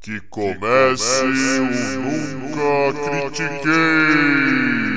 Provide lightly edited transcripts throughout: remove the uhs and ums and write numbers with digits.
Que comece o Nunca Critiquei!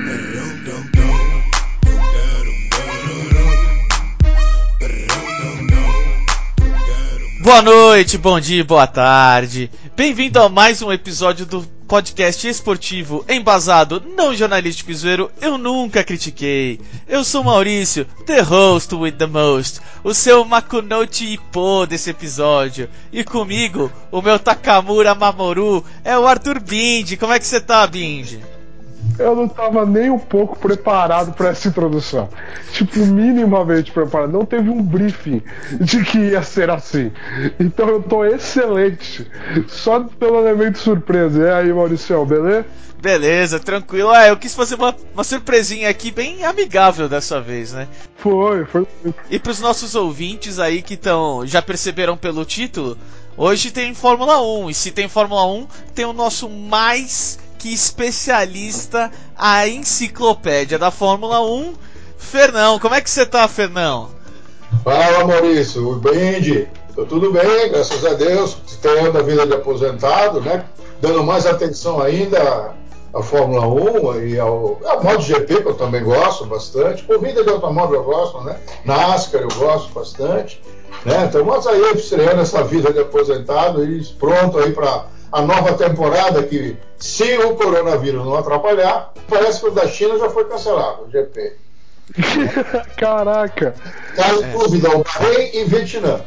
Boa noite, bom dia, boa tarde. Bem-vindo a mais um episódio do podcast esportivo embasado, não jornalístico e zoeiro, Eu Nunca Critiquei. Eu sou Maurício, the host with the most, o seu Makunouchi Ippo desse episódio. E comigo, o meu Takamura Mamoru, é o Arthur Bindi. Como é que você tá, Bindi? Eu não tava nem um pouco preparado para essa introdução. Tipo, minimamente preparado. Não teve um briefing de que ia ser assim. Então eu tô excelente. Só pelo elemento surpresa. E aí, Maurício, beleza? Beleza, tranquilo. Eu quis fazer uma surpresinha aqui bem amigável dessa vez, né? Foi. E pros nossos ouvintes aí que já perceberam pelo título, hoje tem Fórmula 1. E se tem Fórmula 1, tem o nosso mais que especialista, a enciclopédia da Fórmula 1, Fernão. Como é que você tá, Fernão? Fala, Maurício. Bem, tô tudo bem, graças a Deus. Tendo a vida de aposentado, né? Dando mais atenção ainda à Fórmula 1 e ao MotoGP, que eu também gosto bastante. Corrida de automóvel eu gosto, né? NASCAR eu gosto bastante, né? Estamos aí estreando essa vida de aposentado e pronto aí para a nova temporada que, se o coronavírus não atrapalhar, parece que o da China já foi cancelado, o GP. Caraca! Tá em dúvida o Bahrein e Vietnã.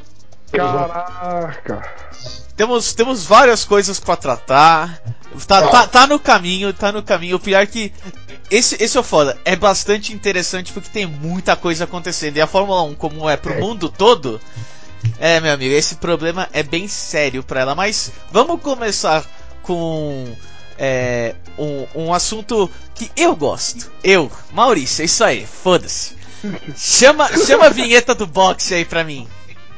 Caraca! Temos várias coisas pra tratar. Tá no caminho, tá no caminho. O pior é que esse é o foda. É bastante interessante porque tem muita coisa acontecendo. E a Fórmula 1, como é pro mundo todo, meu amigo, esse problema é bem sério pra ela. Mas vamos começar com um assunto que eu gosto. Maurício, é isso aí, foda-se. Chama a vinheta do boxe aí pra mim.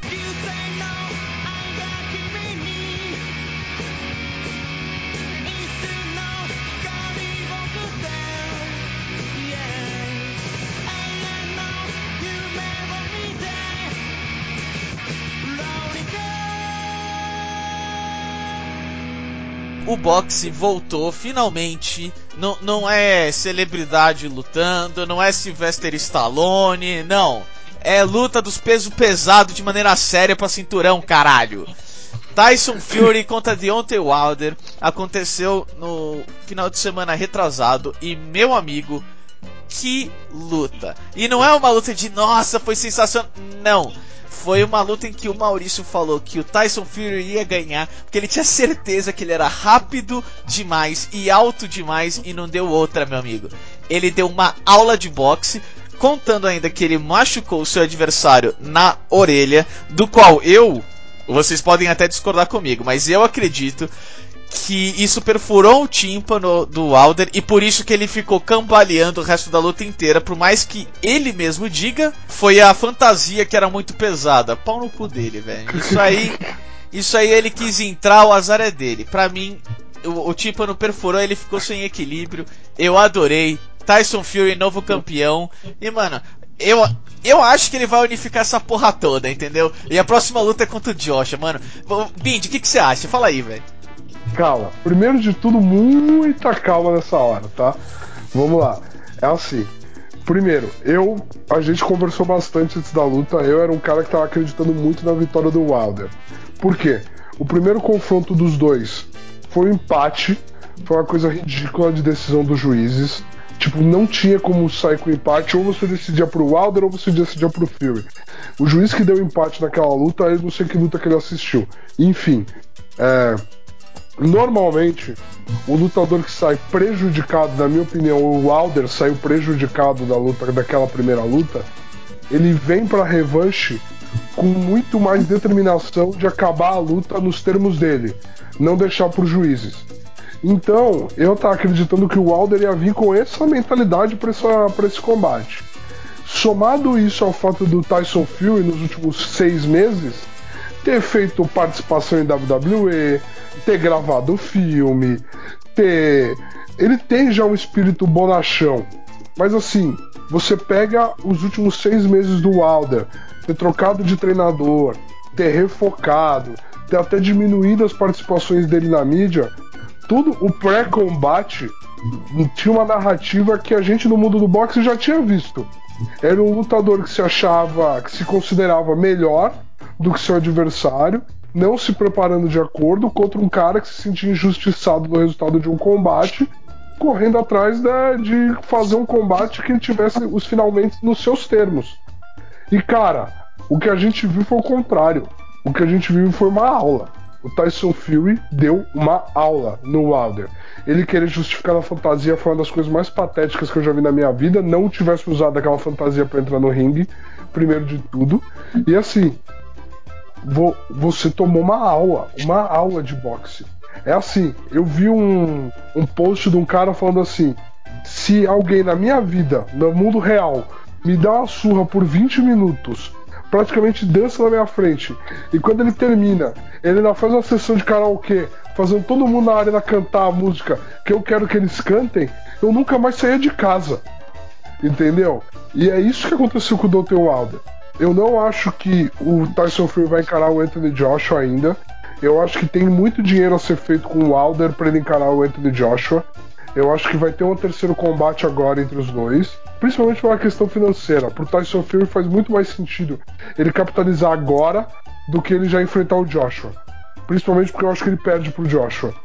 O boxe voltou finalmente. Não é celebridade lutando, não é Sylvester Stallone, não. É luta dos pesos pesados de maneira séria pra cinturão, caralho. Tyson Fury contra Deontay Wilder aconteceu no final de semana retrasado e, meu amigo, que luta. E não é uma luta de nossa, foi sensacional. Não. Foi uma luta em que o Maurício falou que o Tyson Fury ia ganhar, porque ele tinha certeza que ele era rápido demais e alto demais e não deu outra, meu amigo. Ele deu uma aula de boxe, contando ainda que ele machucou o seu adversário na orelha, do qual vocês podem até discordar comigo, mas eu acredito que isso perfurou o tímpano do Wilder e por isso que ele ficou cambaleando o resto da luta inteira, por mais que ele mesmo diga, foi a fantasia que era muito pesada. Pau no cu dele, velho. Isso aí ele quis entrar, o azar é dele. Pra mim, o tímpano perfurou, ele ficou sem equilíbrio. Eu adorei. Tyson Fury, novo campeão. E, mano, eu acho que ele vai unificar essa porra toda, entendeu? E a próxima luta é contra o Joshua, mano. Bindi, o que você acha? Fala aí, velho. Calma. Primeiro de tudo, muita calma nessa hora, tá? Vamos lá. É assim. Primeiro, a gente conversou bastante antes da luta. Eu era um cara que tava acreditando muito na vitória do Wilder. Por quê? O primeiro confronto dos dois foi um empate. Foi uma coisa ridícula de decisão dos juízes. Tipo, não tinha como sair com empate. Ou você decidia pro Wilder ou você decidia pro Fury. O juiz que deu empate naquela luta, eu não sei que luta que ele assistiu. Enfim, normalmente, o lutador que sai prejudicado, na minha opinião, o Wilder saiu prejudicado da luta, daquela primeira luta, ele vem pra revanche com muito mais determinação de acabar a luta nos termos dele, não deixar pros juízes. Então, eu tava acreditando que o Wilder ia vir com essa mentalidade pra esse combate. Somado isso ao fato do Tyson Fury, nos últimos 6 meses, ter feito participação em WWE, ter gravado o filme, ele tem já um espírito bonachão. Mas assim, você pega os últimos 6 meses do Wilder, ter trocado de treinador, ter refocado, ter até diminuído as participações dele na mídia, tudo o pré-combate tinha uma narrativa que a gente no mundo do boxe já tinha visto. Era um lutador que se achava, que se considerava melhor do que seu adversário, não se preparando de acordo contra um cara que se sentia injustiçado no resultado de um combate, correndo atrás de fazer um combate que tivesse os finalmente nos seus termos. E cara, o que a gente viu foi o contrário. O que a gente viu foi uma aula. O Tyson Fury deu uma aula no Wilder. Ele querer justificar a fantasia foi uma das coisas mais patéticas que eu já vi na minha vida. Não tivesse usado aquela fantasia para entrar no ringue, primeiro de tudo. E assim, você tomou uma aula de boxe. É assim, eu vi um post de um cara falando assim: se alguém na minha vida, no mundo real, me dá uma surra por 20 minutos, praticamente dança na minha frente, e quando ele termina, ele ainda faz uma sessão de karaokê, fazendo todo mundo na arena cantar a música que eu quero que eles cantem, eu nunca mais saía de casa. Entendeu? E é isso que aconteceu com o Deontay Wilder. Eu não acho que o Tyson Fury vai encarar o Anthony Joshua ainda. Eu acho que tem muito dinheiro a ser feito com o Wilder para ele encarar o Anthony Joshua. Eu acho que vai ter um terceiro combate agora entre os dois, principalmente por uma questão financeira. Pro Tyson Fury faz muito mais sentido ele capitalizar agora do que ele já enfrentar o Joshua. Principalmente porque eu acho que ele perde pro Joshua.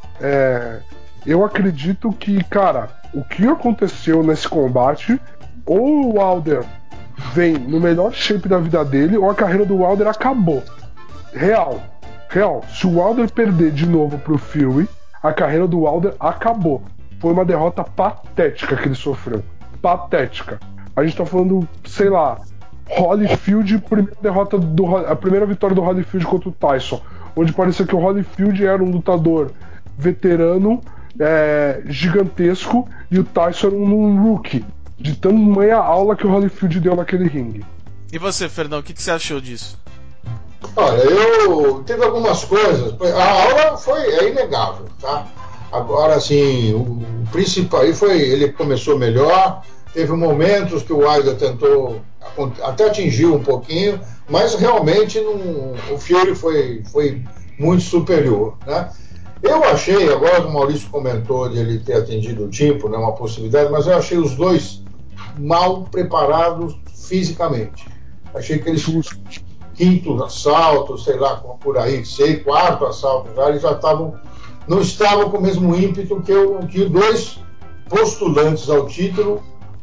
Eu acredito que, cara, o que aconteceu nesse combate, ou o Wilder vem no melhor shape da vida dele, ou a carreira do Wilder acabou. Real. Se o Wilder perder de novo pro Fury, a carreira do Wilder acabou. Foi uma derrota patética que ele sofreu. Patética. A gente tá falando, sei lá, Holyfield, a primeira vitória do Holyfield contra o Tyson, onde parecia que o Holyfield era um lutador veterano, gigantesco, e o Tyson era um rookie, de tamanha aula que o Holyfield deu naquele ringue. E você, Fernão, o que você achou disso? Olha, eu teve algumas coisas. A aula é inegável, tá? Agora, assim, o principal aí foi, ele começou melhor, teve momentos que o Wilder tentou, até atingiu um pouquinho, mas realmente o Fury foi muito superior, né? Eu achei, agora que o Maurício comentou de ele ter atingido o timpo, né, uma possibilidade, mas eu achei os dois mal preparados fisicamente. Achei que eles quinto assalto, sei lá, por aí, quarto assalto, eles já não estavam com o mesmo ímpeto que os dois postulantes ao título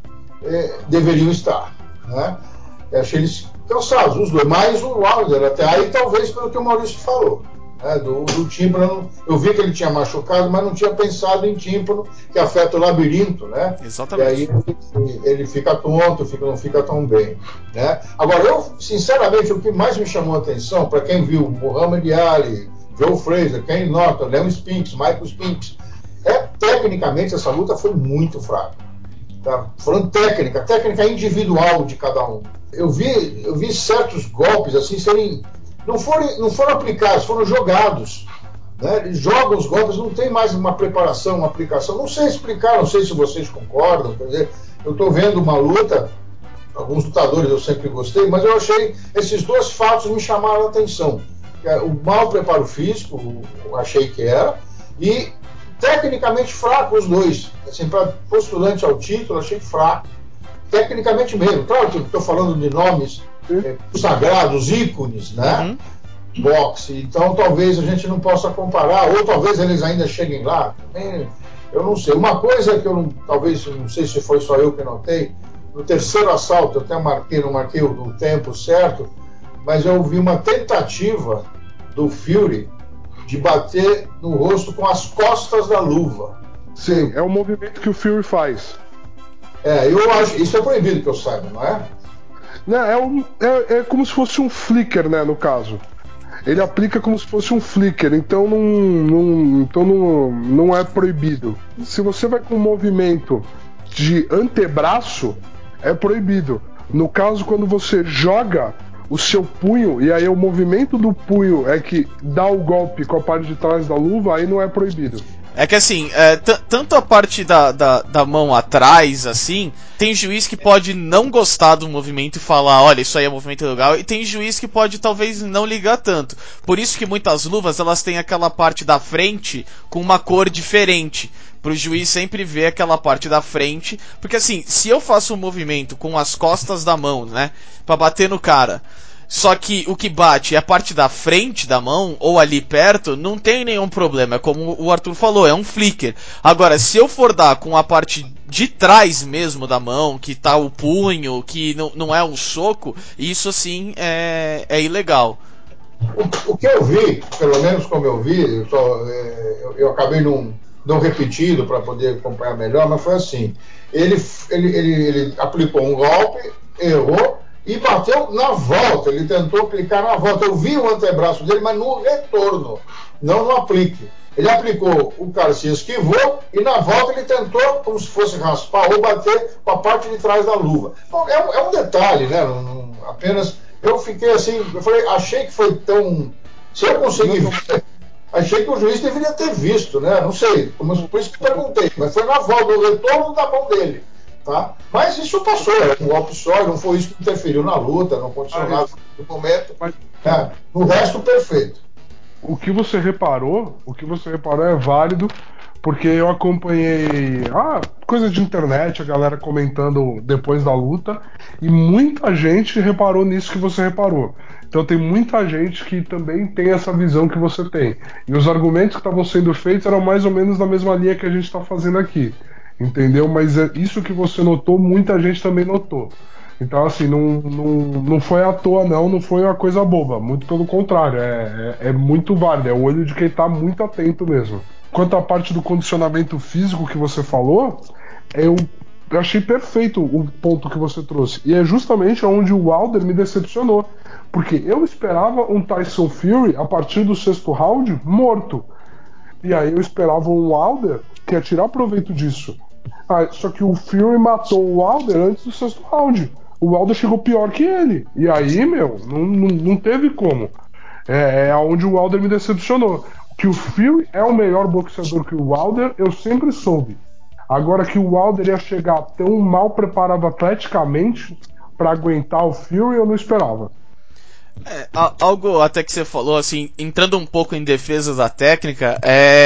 deveriam estar, né? Eu achei eles cansados, os dois, mais o Wilder, até aí talvez pelo que o Maurício falou, né, do tímpano. Eu vi que ele tinha machucado, mas não tinha pensado em tímpano, que afeta o labirinto, né? Exatamente. E aí ele fica tonto, não fica tão bem, né? Agora, eu, sinceramente, o que mais me chamou a atenção, para quem viu Muhammad Ali, Joe Frazier, Ken Norton, Leon Spinks, Michael Spinks, tecnicamente essa luta foi muito fraca. Tá? Falando técnica individual de cada um. Eu vi certos golpes assim não foram aplicados, foram jogados. Né? Eles jogam os golpes, não tem mais uma preparação, uma aplicação. Não sei explicar, não sei se vocês concordam. Quer dizer, eu estou vendo uma luta, alguns lutadores eu sempre gostei, mas eu achei esses dois fatos me chamaram a atenção. O mau preparo físico, eu achei que era, e tecnicamente fraco os dois. Assim, para postulante ao título, achei fraco. Tecnicamente mesmo. Claro que estou falando de nomes sagrados, ícones, né? Boxe. Então talvez a gente não possa comparar, ou talvez eles ainda cheguem lá. Eu não sei. Uma coisa que não sei se foi só eu que notei, no terceiro assalto, eu até não marquei o tempo certo, mas eu vi uma tentativa do Fury de bater no rosto com as costas da luva. Sim, é o movimento que o Fury faz. Eu acho, isso é proibido que eu saiba, não é? Não, é como se fosse um flicker, né, no caso. Ele aplica como se fosse um flicker, então não é proibido. Se você vai com um movimento de antebraço, é proibido. No caso, quando você joga o seu punho, e aí o movimento do punho é que dá o golpe com a parte de trás da luva, aí não é proibido. É que assim, tanto a parte da mão atrás, assim, tem juiz que pode não gostar do movimento e falar, olha, isso aí é um movimento legal, e tem juiz que pode talvez não ligar tanto. Por isso que muitas luvas, elas têm aquela parte da frente com uma cor diferente, pro juiz sempre ver aquela parte da frente, porque assim, se eu faço um movimento com as costas da mão, né, pra bater no cara, só que o que bate é a parte da frente da mão, ou ali perto, não tem nenhum problema. É como o Arthur falou, é um flicker. Agora, se eu for dar com a parte de trás mesmo da mão, que tá o punho, que não é um soco, isso sim é ilegal. O que eu vi, pelo menos como eu vi, eu acabei não repetindo para poder acompanhar melhor, mas foi assim: ele aplicou um golpe, errou e bateu na volta. Ele tentou aplicar na volta. Eu vi o antebraço dele, mas no retorno, não no aplique. Ele aplicou, o cara se esquivou e na volta ele tentou, como se fosse raspar ou bater com a parte de trás da luva. Bom, é um detalhe, né? Apenas eu fiquei assim, achei que foi tão. Se eu conseguir ver, achei que o juiz deveria ter visto, né? Não sei, por isso que perguntei, mas foi na volta, o retorno da mão dele. Tá? Mas isso passou, era um golpe só, não foi isso que interferiu na luta, não aconteceu nada no momento. No resto, perfeito. O que você reparou é válido, porque eu acompanhei coisa de internet, a galera comentando depois da luta, e muita gente reparou nisso que você reparou. Então tem muita gente que também tem essa visão que você tem. E os argumentos que estavam sendo feitos eram mais ou menos na mesma linha que a gente está fazendo aqui. Entendeu? Mas isso que você notou, muita gente também notou. Então, assim, não foi à toa, não foi uma coisa boba. Muito pelo contrário, é muito válido, é o olho de quem tá muito atento mesmo. Quanto à parte do condicionamento físico que você falou, eu achei perfeito o ponto que você trouxe. E é justamente onde o Wilder me decepcionou. Porque eu esperava um Tyson Fury, a partir do 6º round, morto. E aí eu esperava um Wilder que ia tirar proveito disso. Só que o Fury matou o Wilder antes do 6º round. O Wilder chegou pior que ele. E aí, meu, não teve como. É onde o Wilder me decepcionou. Que o Fury é o melhor boxeador que o Wilder, eu sempre soube. Agora que o Wilder ia chegar tão mal preparado atleticamente para aguentar o Fury, eu não esperava. Algo até que você falou, assim, entrando um pouco em defesa da técnica,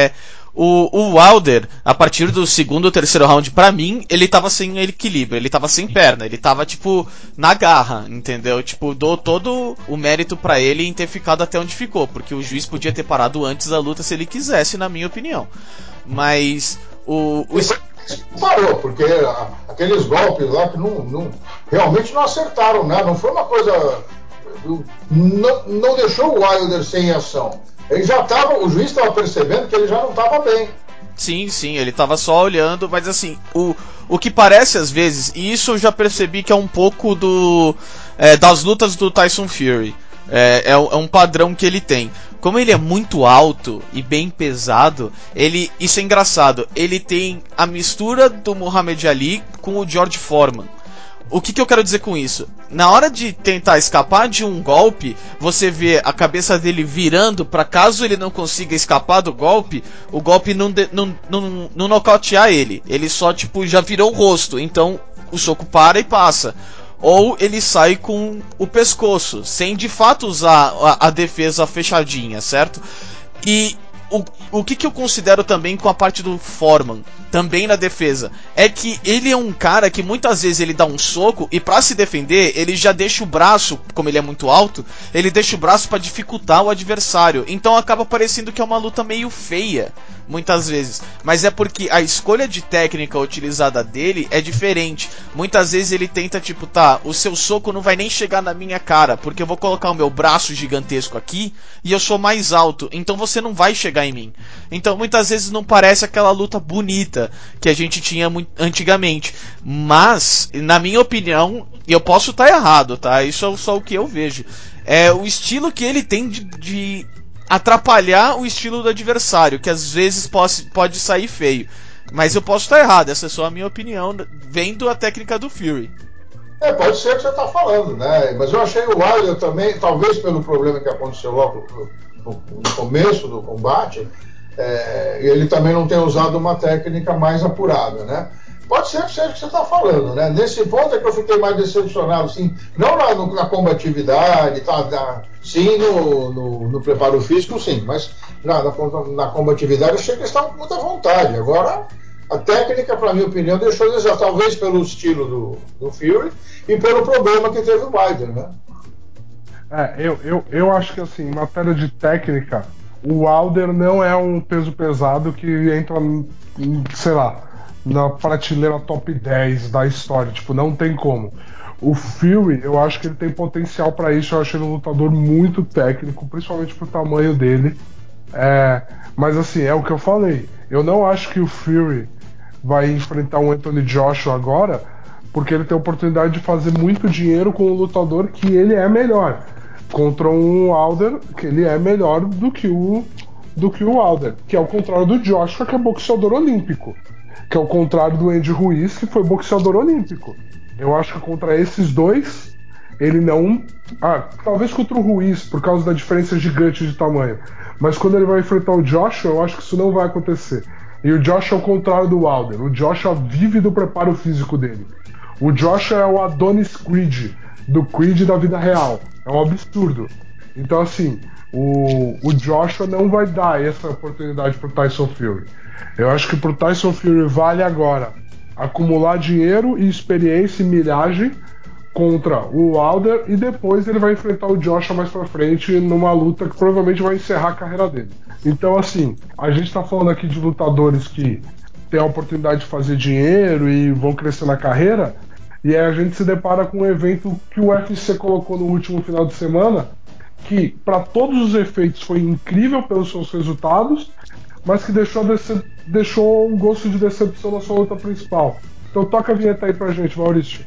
o Wilder, a partir do 2º ou 3º round, pra mim, ele tava sem equilíbrio, ele tava sem perna, ele tava, tipo, na garra, entendeu? Tipo, dou todo o mérito pra ele em ter ficado até onde ficou, porque o juiz podia ter parado antes da luta se ele quisesse, na minha opinião. Mas parou, porque aqueles golpes lá que realmente não acertaram, né? Não foi uma coisa. Não deixou o Wilder sem ação. O juiz estava percebendo que ele já não estava bem. Sim, ele tava só olhando, mas assim, o que parece às vezes, e isso eu já percebi que é um pouco das lutas do Tyson Fury. É um padrão que ele tem. Como ele é muito alto e bem pesado, isso é engraçado. Ele tem a mistura do Muhammad Ali com o George Foreman. O que eu quero dizer com isso? Na hora de tentar escapar de um golpe, você vê a cabeça dele virando para caso ele não consiga escapar do golpe, o golpe não nocautear ele. Ele só, tipo, já virou o rosto. Então o soco para e passa. Ou ele sai com o pescoço, sem de fato usar a defesa fechadinha, certo? E o que eu considero também com a parte do Foreman, também na defesa, é que ele é um cara que muitas vezes ele dá um soco e pra se defender, ele já deixa o braço, como ele é muito alto, ele deixa o braço pra dificultar o adversário. Então acaba parecendo que é uma luta meio feia, muitas vezes. Mas é porque a escolha de técnica utilizada dele é diferente. Muitas vezes ele tenta, tipo, o seu soco não vai nem chegar na minha cara, porque eu vou colocar o meu braço gigantesco aqui e eu sou mais alto, então você não vai chegar em mim. Então muitas vezes não parece aquela luta bonita que a gente tinha antigamente. Mas, na minha opinião, e eu posso estar errado, tá? Isso é só o que eu vejo. É o estilo que ele tem de atrapalhar o estilo do adversário, que às vezes pode sair feio. Mas eu posso estar errado, essa é só a minha opinião, vendo a técnica do Fury. Pode ser o que você está falando, né? Mas eu achei o Wilder também, talvez pelo problema que aconteceu logo no começo do combate, ele também não tem usado uma técnica mais apurada, né? Pode ser que seja o que você está falando, né? Nesse ponto é que eu fiquei mais decepcionado, assim, não na combatividade, sim, no preparo físico, sim, mas na combatividade eu achei que eles estavam com muita vontade. Agora, a técnica, para minha opinião, deixou a desejar, talvez pelo estilo do Fury e pelo problema que teve o Biden, né? Eu acho que, assim, em matéria de técnica, o Wilder não é um peso pesado que entra, sei lá, na prateleira top 10 da história. Tipo, não tem como. O Fury, eu acho que ele tem potencial para isso. Eu acho ele um lutador muito técnico, principalmente pro tamanho dele. Mas, assim, é o que eu falei. Eu não acho que o Fury vai enfrentar um Anthony Joshua agora, porque ele tem a oportunidade de fazer muito dinheiro com um lutador que ele é melhor. Contra um Wilder que ele é melhor do que o Wilder, que é o contrário do Joshua, que é boxeador olímpico, que é o contrário do Andy Ruiz, que foi boxeador olímpico. Eu acho que contra esses dois ele não. Talvez contra o Ruiz, por causa da diferença gigante de tamanho. Mas quando ele vai enfrentar o Joshua, eu acho que isso não vai acontecer. E o Joshua é o contrário do Wilder. O Joshua vive do preparo físico dele. O Joshua é o Adonis Creed, do Creed da vida real. É um absurdo. Então, assim, o Joshua não vai dar essa oportunidade pro Tyson Fury. Eu acho que pro Tyson Fury vale agora acumular dinheiro e experiência e milhagem contra o Wilder e depois ele vai enfrentar o Joshua mais pra frente numa luta que provavelmente vai encerrar a carreira dele. Então, assim, a gente tá falando aqui de lutadores que têm a oportunidade de fazer dinheiro e vão crescer na carreira, e aí a gente se depara com um evento que o UFC colocou no último final de semana, que para todos os efeitos foi incrível pelos seus resultados, mas que deixou um gosto de decepção na sua luta principal. Então toca a vinheta aí pra gente, Maurício.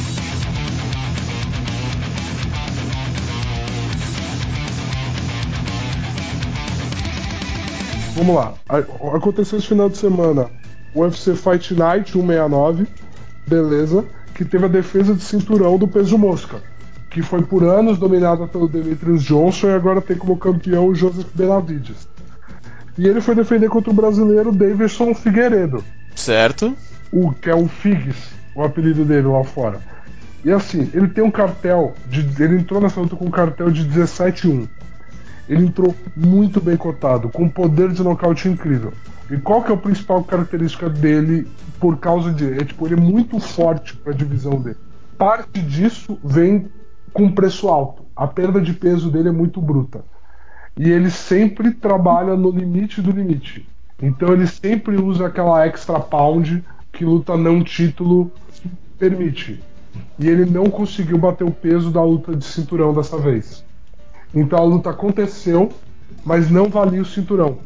Vamos lá. Aconteceu esse final de semana o UFC Fight Night 169, beleza, que teve a defesa de cinturão do peso mosca, que foi por anos dominada pelo Demetrius Johnson e agora tem como campeão o Joseph Benavidez. E ele foi defender contra o brasileiro Davidson Figueiredo. Certo. Que é o Figs, o apelido dele lá fora. E assim, ele tem um cartel, ele entrou nessa luta com um cartel de 17-1. Ele entrou muito bem cotado, com um poder de nocaute incrível. E qual que é a principal característica dele por causa de... ele é muito forte para a divisão dele. Parte disso vem com preço alto. A perda de peso dele é muito bruta. E ele sempre trabalha no limite do limite. Então ele sempre usa aquela extra pound que luta não título permite. E ele não conseguiu bater o peso da luta de cinturão dessa vez. Então a luta aconteceu, mas não valia o cinturão.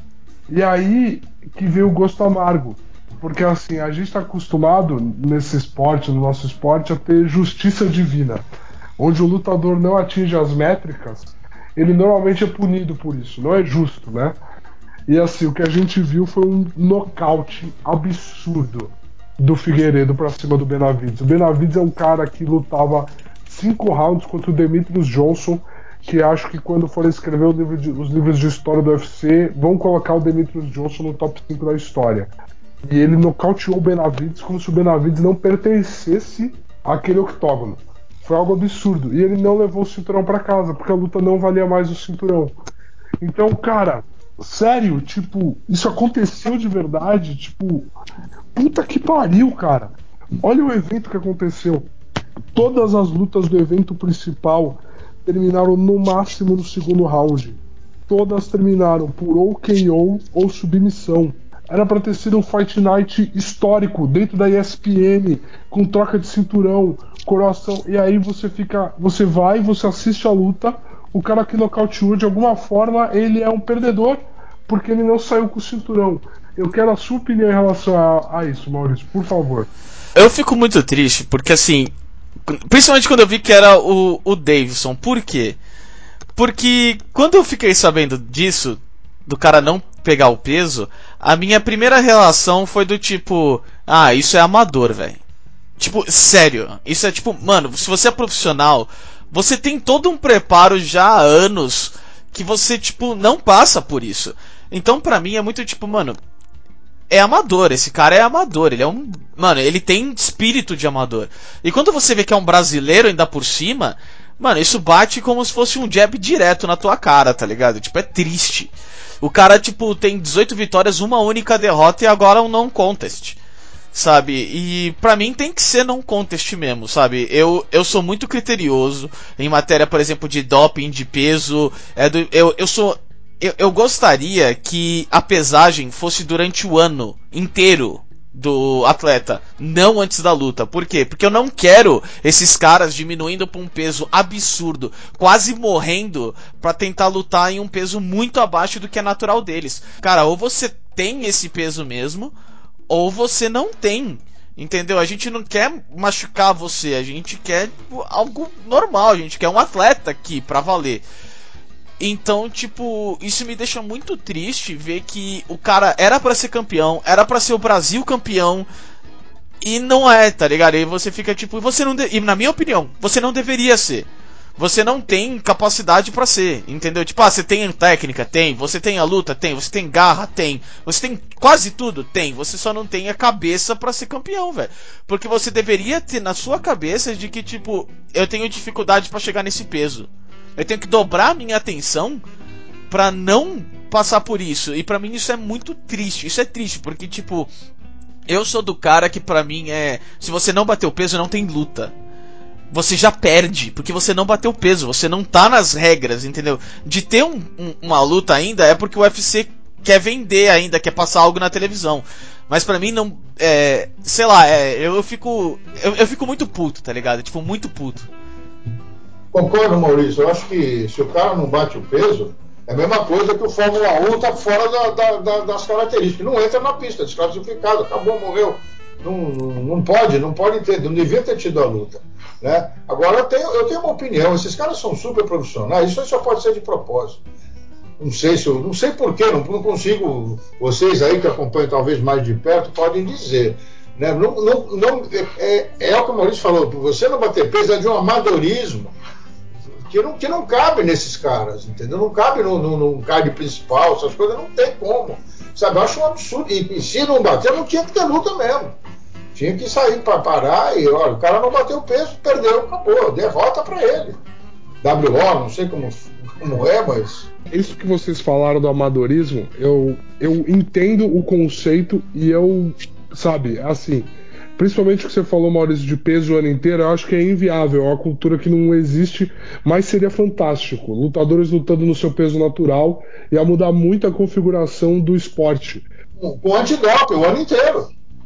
E aí que veio o gosto amargo. Porque assim, a gente está acostumado nesse esporte, no nosso esporte, a ter justiça divina. Onde o lutador não atinge as métricas, ele normalmente é punido por isso. Não é justo, né? E assim, o que a gente viu foi um nocaute absurdo do Figueiredo pra cima do Benavidez. O Benavidez é um cara que lutava 5 rounds contra o Demetrius Johnson, que acho que quando for escrever os livros de história do UFC, vão colocar o Demetrius Johnson no top 5 da história. E ele nocauteou o Benavidez como se o Benavidez não pertencesse àquele octógono. Foi algo absurdo. E ele não levou o cinturão pra casa, porque a luta não valia mais o cinturão. Então, cara, sério, tipo, isso aconteceu de verdade, tipo, puta que pariu, cara. Olha o evento que aconteceu. Todas as lutas do evento principal terminaram no máximo no segundo round. Todas terminaram por ou KO ou submissão. Era pra ter sido um Fight Night histórico dentro da ESPN, com troca de cinturão, coração. E aí você vai, você assiste a luta. O cara que nocauteou, de alguma forma, ele é um perdedor porque ele não saiu com o cinturão. Eu quero a sua opinião em relação a isso, Maurício, por favor. Eu fico muito triste, porque assim, principalmente quando eu vi que era o Davidson. Por quê? Porque quando eu fiquei sabendo disso, do cara não pegar o peso, a minha primeira relação foi do tipo, isso é amador, velho. Tipo, sério, isso é tipo, mano, se você é profissional, você tem todo um preparo já há anos que você, tipo, não passa por isso. Então pra mim é muito tipo, mano, é amador, esse cara é amador, ele é um... Mano, ele tem espírito de amador. E quando você vê que é um brasileiro ainda por cima, mano, isso bate como se fosse um jab direto na tua cara, tá ligado? Tipo, é triste. O cara, tipo, tem 18 vitórias, uma única derrota e agora um não contest, sabe? E pra mim tem que ser não contest mesmo, sabe? Eu sou muito criterioso em matéria, por exemplo, de doping, de peso. Eu gostaria que a pesagem fosse durante o ano inteiro do atleta, não antes da luta. Por quê? Porque eu não quero esses caras diminuindo pra um peso absurdo, quase morrendo pra tentar lutar em um peso muito abaixo do que é natural deles. Cara, ou você tem esse peso mesmo, ou você não tem. Entendeu? A gente não quer machucar você, a gente quer algo normal, a gente quer um atleta aqui pra valer. Então, tipo, isso me deixa muito triste ver que o cara era pra ser campeão, era pra ser o Brasil campeão, e não é, tá ligado? E você fica tipo, você não e na minha opinião, você não deveria ser. Você não tem capacidade pra ser, entendeu? Tipo, você tem técnica? Tem. Você tem a luta? Tem. Você tem garra? Tem. Você tem quase tudo? Tem. Você só não tem a cabeça pra ser campeão, velho. Porque você deveria ter na sua cabeça de que, tipo, eu tenho dificuldade pra chegar nesse peso. Eu tenho que dobrar a minha atenção pra não passar por isso. E pra mim isso é muito triste. Isso é triste, porque, tipo, eu sou do cara que pra mim é... Se você não bater o peso, não tem luta. Você já perde, porque você não bateu o peso. Você não tá nas regras, entendeu? De ter uma luta ainda é porque o UFC quer vender ainda, quer passar algo na televisão. Mas pra mim não... sei lá, eu fico muito puto, tá ligado? Tipo, muito puto. Concordo, Maurício. Eu acho que se o cara não bate o peso, é a mesma coisa que o Fórmula 1 está fora das características. Não entra na pista, desclassificado, acabou, morreu. Não pode ter, não devia ter tido a luta. Né? Agora, eu tenho uma opinião: esses caras são super profissionais, isso só pode ser de propósito. Não sei porquê, não consigo. Vocês aí que acompanham talvez mais de perto podem dizer. Né? É o que o Maurício falou: você não bater peso é de um amadorismo que não cabe nesses caras, entendeu? Não cabe no card principal, essas coisas não tem como. Sabe, eu acho um absurdo. E se não bater, não tinha que ter luta mesmo. Tinha que sair para parar e, olha, o cara não bateu o peso, perdeu, acabou, derrota para ele. WO, não sei como é, mas... Isso que vocês falaram do amadorismo, eu entendo o conceito e eu, sabe, assim... Principalmente o que você falou, Maurício, de peso o ano inteiro, eu acho que é inviável, é uma cultura que não existe, mas seria fantástico. Lutadores lutando no seu peso natural ia mudar muito a configuração do esporte. Com antidoping o ano inteiro.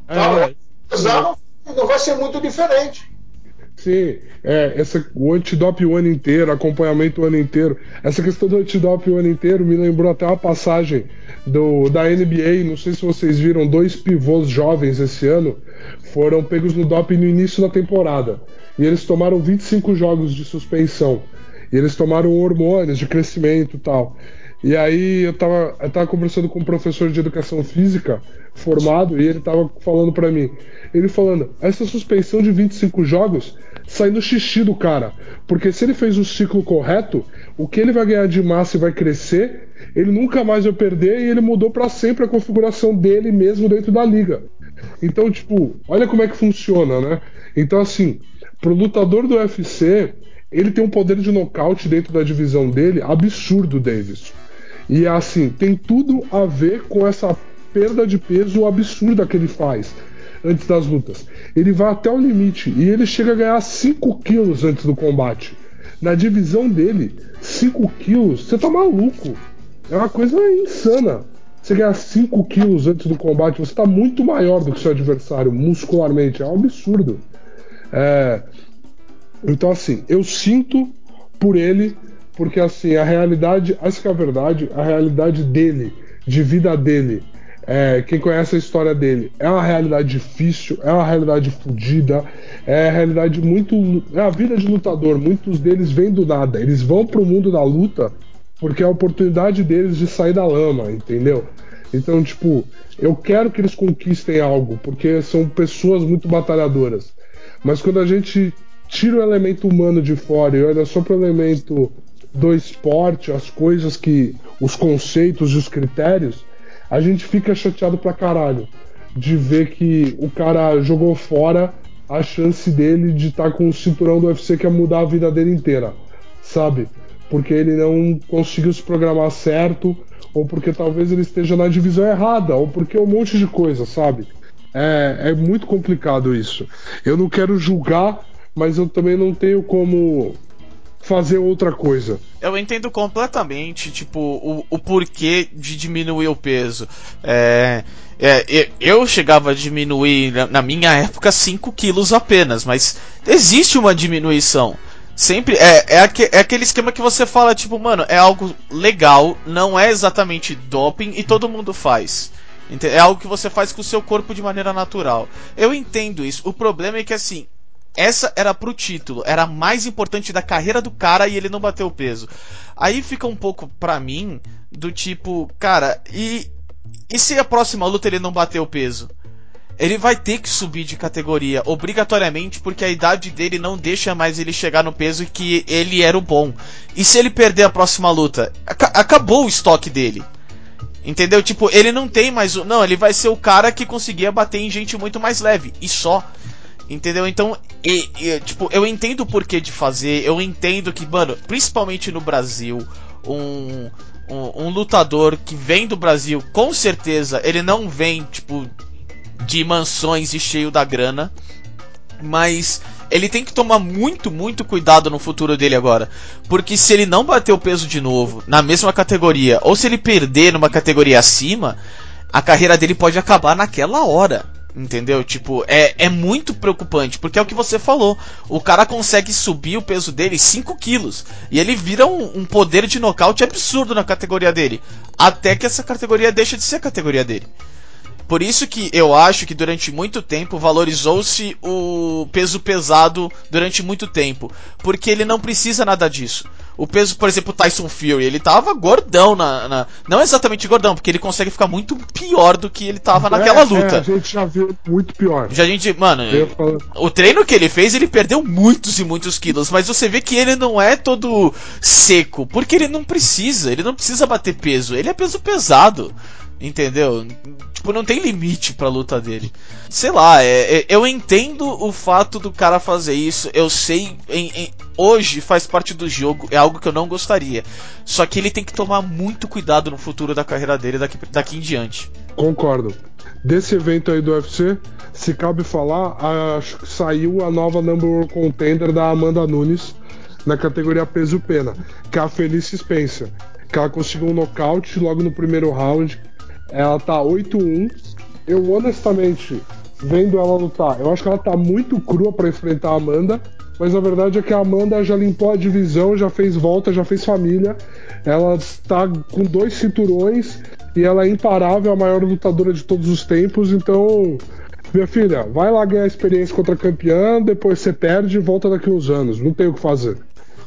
Não vai ser muito diferente. Sim, o antidoping o ano inteiro, acompanhamento o ano inteiro. Essa questão do antidoping o ano inteiro me lembrou até uma passagem da NBA. Não sei se vocês viram, 2 pivôs jovens esse ano foram pegos no doping no início da temporada. E eles tomaram 25 jogos de suspensão. E eles tomaram hormônios de crescimento e tal. E aí eu tava conversando com um professor de educação física formado e ele tava falando pra mim. Ele falando, essa suspensão de 25 jogos sai no xixi do cara. Porque se ele fez o ciclo correto, o que ele vai ganhar de massa e vai crescer, ele nunca mais vai perder e ele mudou pra sempre a configuração dele mesmo dentro da liga. Então, tipo, olha como é que funciona, né? Então, assim, pro lutador do UFC, ele tem um poder de nocaute dentro da divisão dele absurdo, Davis. E, assim, tem tudo a ver com essa perda de peso absurda que ele faz antes das lutas. Ele vai até o limite e ele chega a ganhar 5 quilos antes do combate. Na divisão dele, 5 quilos, você tá maluco. É uma coisa insana. Você ganhar 5 quilos antes do combate, você está muito maior do que seu adversário muscularmente. É um absurdo. Então, assim, eu sinto por ele, porque, assim, a realidade, essa que é a verdade, a realidade dele, de vida dele, quem conhece a história dele, é uma realidade difícil, é uma realidade fodida, é a realidade muito... É a vida de lutador. Muitos deles vêm do nada. Eles vão pro mundo da luta porque é a oportunidade deles de sair da lama, entendeu? Então, tipo, eu quero que eles conquistem algo, porque são pessoas muito batalhadoras. Mas quando a gente tira o elemento humano de fora e olha só pro elemento do esporte, as coisas que. Os conceitos e os critérios, a gente fica chateado pra caralho de ver que o cara jogou fora a chance dele de estar com o cinturão do UFC que ia mudar a vida dele inteira, sabe? Porque ele não conseguiu se programar certo, ou porque talvez ele esteja na divisão errada, ou porque um monte de coisa, sabe? É muito complicado isso. Eu não quero julgar, mas eu também não tenho como fazer outra coisa. Eu entendo completamente, tipo, o porquê de diminuir o peso. Eu chegava a diminuir, na minha época, 5 quilos apenas, mas existe uma diminuição. Sempre é aquele esquema que você fala, tipo, mano, é algo legal, não é exatamente doping e todo mundo faz. É algo que você faz com o seu corpo de maneira natural. Eu entendo isso. O problema é que, assim, essa era pro título, era a mais importante da carreira do cara e ele não bateu o peso. Aí fica um pouco pra mim do tipo, cara, e se a próxima luta ele não bater o peso? Ele vai ter que subir de categoria, obrigatoriamente, porque a idade dele não deixa mais ele chegar no peso que ele era o bom. E se ele perder a próxima luta? Acabou o estoque dele. Entendeu? Tipo, ele não tem mais o... Não, ele vai ser o cara que conseguia bater em gente muito mais leve. E só. Entendeu? Então, tipo, eu entendo o porquê de fazer. Eu entendo que, mano, principalmente no Brasil, um lutador que vem do Brasil, com certeza, ele não vem, tipo, de mansões e cheio da grana, mas ele tem que tomar muito, muito cuidado no futuro dele agora, porque se ele não bater o peso de novo na mesma categoria, ou se ele perder numa categoria acima, a carreira dele pode acabar naquela hora. Entendeu? Tipo, é muito preocupante, porque é o que você falou. O cara consegue subir o peso dele 5 quilos. E ele vira um poder de nocaute absurdo na categoria dele. Até que essa categoria deixa de ser a categoria dele. Por isso que eu acho que durante muito tempo valorizou-se o peso pesado durante muito tempo. Porque ele não precisa nada disso. O peso, por exemplo, Tyson Fury, ele tava gordão não exatamente gordão, porque ele consegue ficar muito pior do que ele tava naquela luta. A gente já viu muito pior. Mano, o treino que ele fez, ele perdeu muitos e muitos quilos, mas você vê que ele não é todo seco, porque ele não precisa bater peso, ele é peso pesado. Entendeu? Tipo, não tem limite pra luta dele. Sei lá, eu entendo o fato do cara fazer isso. Eu sei, hoje faz parte do jogo, é algo que eu não gostaria. Só que ele tem que tomar muito cuidado no futuro da carreira dele daqui em diante. Concordo. Desse evento aí do UFC, se cabe falar, acho que saiu a nova number one contender da Amanda Nunes na categoria peso-pena, que é a Felice Spencer. Que ela conseguiu um nocaute logo no primeiro round. Ela tá 8-1. Eu, honestamente, vendo ela lutar, eu acho que ela tá muito crua pra enfrentar a Amanda, mas a verdade é que a Amanda já limpou a divisão, já fez volta, já fez família. Ela tá com 2 cinturões e ela é imparável, a maior lutadora de todos os tempos. Então, minha filha, vai lá ganhar experiência contra a campeã, depois você perde e volta daqui uns anos. Não tem o que fazer.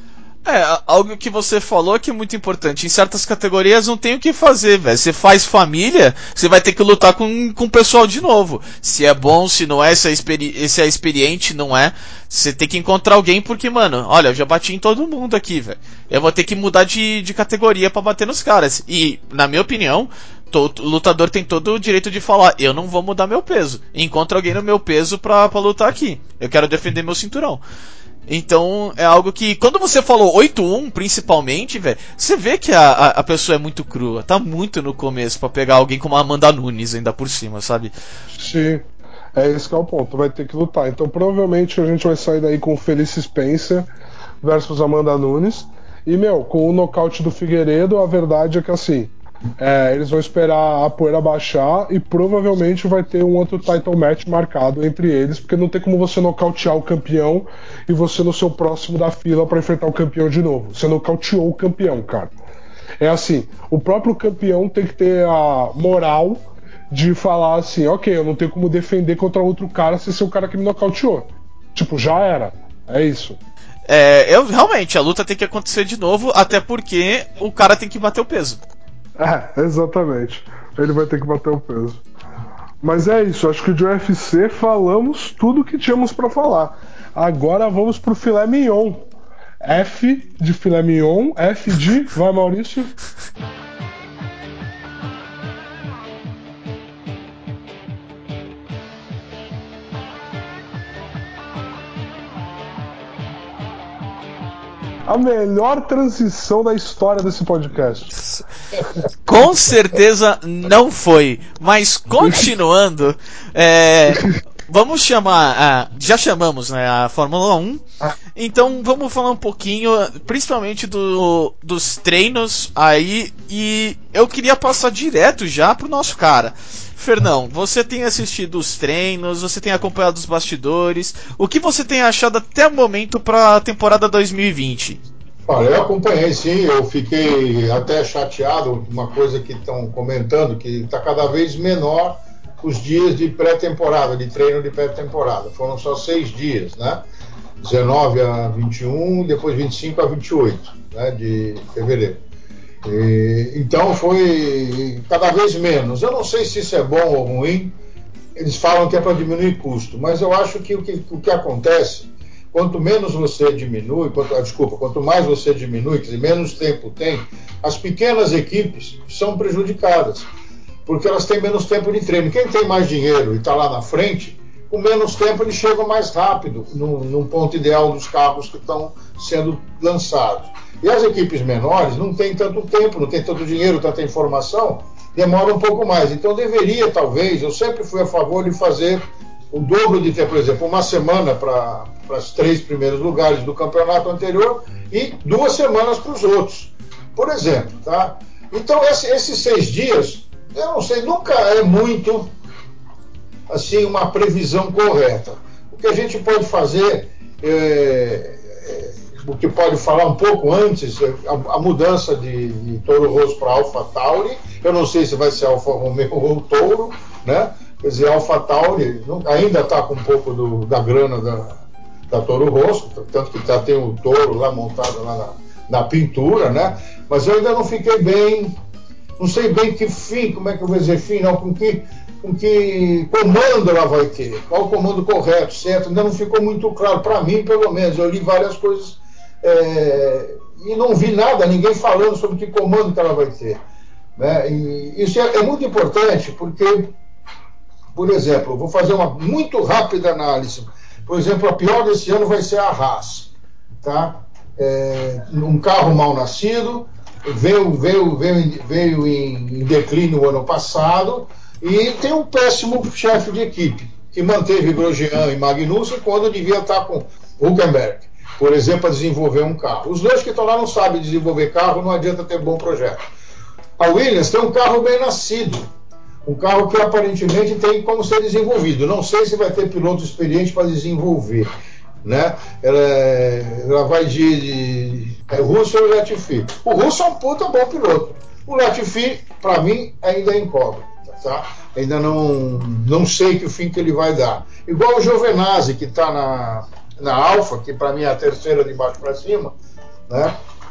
Algo que você falou que é muito importante. Em certas categorias não tem o que fazer, velho. Você faz família, você vai ter que lutar com o pessoal de novo. Se é bom, se não é, se é experiente, não é. Você tem que encontrar alguém porque, mano, olha, eu já bati em todo mundo aqui, velho. Eu vou ter que mudar de categoria pra bater nos caras. E, na minha opinião, todo lutador tem todo o direito de falar, eu não vou mudar meu peso. Encontra alguém no meu peso pra lutar aqui. Eu quero defender meu cinturão. Então, é algo que, quando você falou 8-1, principalmente, velho, você vê que a pessoa é muito crua, tá muito no começo pra pegar alguém como a Amanda Nunes ainda por cima, sabe? Sim, é esse que é o ponto, vai ter que lutar. Então, provavelmente a gente vai sair daí com Felice Spencer versus Amanda Nunes. E, com o nocaute do Figueiredo, a verdade é que, assim, eles vão esperar a poeira baixar e provavelmente vai ter um outro title match marcado entre eles, porque não tem como você nocautear o campeão e você no seu próximo da fila para enfrentar o campeão de novo. Você nocauteou o campeão, cara. É assim, o próprio campeão tem que ter a moral de falar assim, ok, eu não tenho como defender contra outro cara se ser o cara que me nocauteou. Tipo, já era. É isso. Realmente, a luta tem que acontecer de novo, até porque o cara tem que bater o peso. Exatamente. Ele vai ter que bater o peso. Mas é isso, acho que de UFC falamos tudo que tínhamos para falar. Agora vamos pro filé mignon. F de filé mignon, F de... Vai, Maurício. A melhor transição da história desse podcast. Com certeza não foi. Mas continuando, vamos chamar. Já chamamos, né, a Fórmula 1. Então vamos falar um pouquinho, principalmente dos treinos aí. E eu queria passar direto já pro nosso cara. Fernão, você tem assistido os treinos, você tem acompanhado os bastidores. O que você tem achado até o momento para a temporada 2020? Olha, eu acompanhei sim, eu fiquei até chateado, uma coisa que estão comentando, que está cada vez menor os dias de pré-temporada, de treino de pré-temporada. Foram só 6 dias, né? 19 a 21, depois 25 a 28, né, de fevereiro. Então foi cada vez menos. Eu não sei se isso é bom ou ruim. Eles falam que é para diminuir custo, mas eu acho que o que acontece, quanto menos você diminui, quanto mais você diminui, quer dizer, menos tempo tem, as pequenas equipes são prejudicadas, porque elas têm menos tempo de treino. Quem tem mais dinheiro e está lá na frente, com menos tempo eles chegam mais rápido num ponto ideal dos carros que estão sendo lançados. E as equipes menores não têm tanto tempo, não têm tanto dinheiro, tanta informação, demora um pouco mais. Então deveria, talvez, eu sempre fui a favor de fazer o dobro de tempo, por exemplo, uma semana para os 3 primeiros lugares do campeonato anterior e 2 semanas para os outros, por exemplo, tá? Então esses 6 dias, eu não sei, nunca é muito assim uma previsão correta. O que a gente pode fazer o que pode falar um pouco antes, a mudança de Toro Rosso para Alpha Tauri. Eu não sei se vai ser Alfa Romeo ou Toro, né? Quer dizer, Alpha Tauri ainda está com um pouco da grana da Toro Rosso, tanto que tem o Toro lá montado lá na pintura, né? Mas eu ainda não fiquei bem, não sei bem que fim, como é que eu vou dizer fim, não, com que comando ela vai ter, qual o comando correto, certo? Ainda não ficou muito claro, para mim pelo menos. Eu li várias coisas e não vi nada, ninguém falando sobre que comando que ela vai ter, né? E isso é muito importante, porque, por exemplo, eu vou fazer uma muito rápida análise. Por exemplo, a pior desse ano vai ser a Haas, tá? Um carro mal nascido, veio em declínio o ano passado, e tem um péssimo chefe de equipe, que manteve Grosjean e Magnussen quando devia estar com Hülkenberg, por exemplo, a desenvolver um carro. Os dois que estão lá não sabem desenvolver carro, não adianta ter bom projeto. A Williams tem um carro bem nascido, um carro que aparentemente tem como ser desenvolvido. Não sei se vai ter piloto experiente para desenvolver, né? Ela vai de Russell e Latifi. O Russell é um puta bom piloto. O Latifi, para mim, ainda é incógnito. Tá? Ainda não sei que fim que ele vai dar. Igual o Giovinazzi, que está na Alfa, que para mim é a terceira de baixo para cima, né?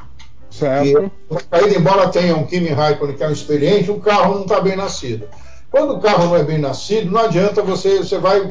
Certo. Que, embora tenha um Kimi Raikkonen que é um experiente, o carro não está bem nascido. Quando o carro não é bem nascido, não adianta você vai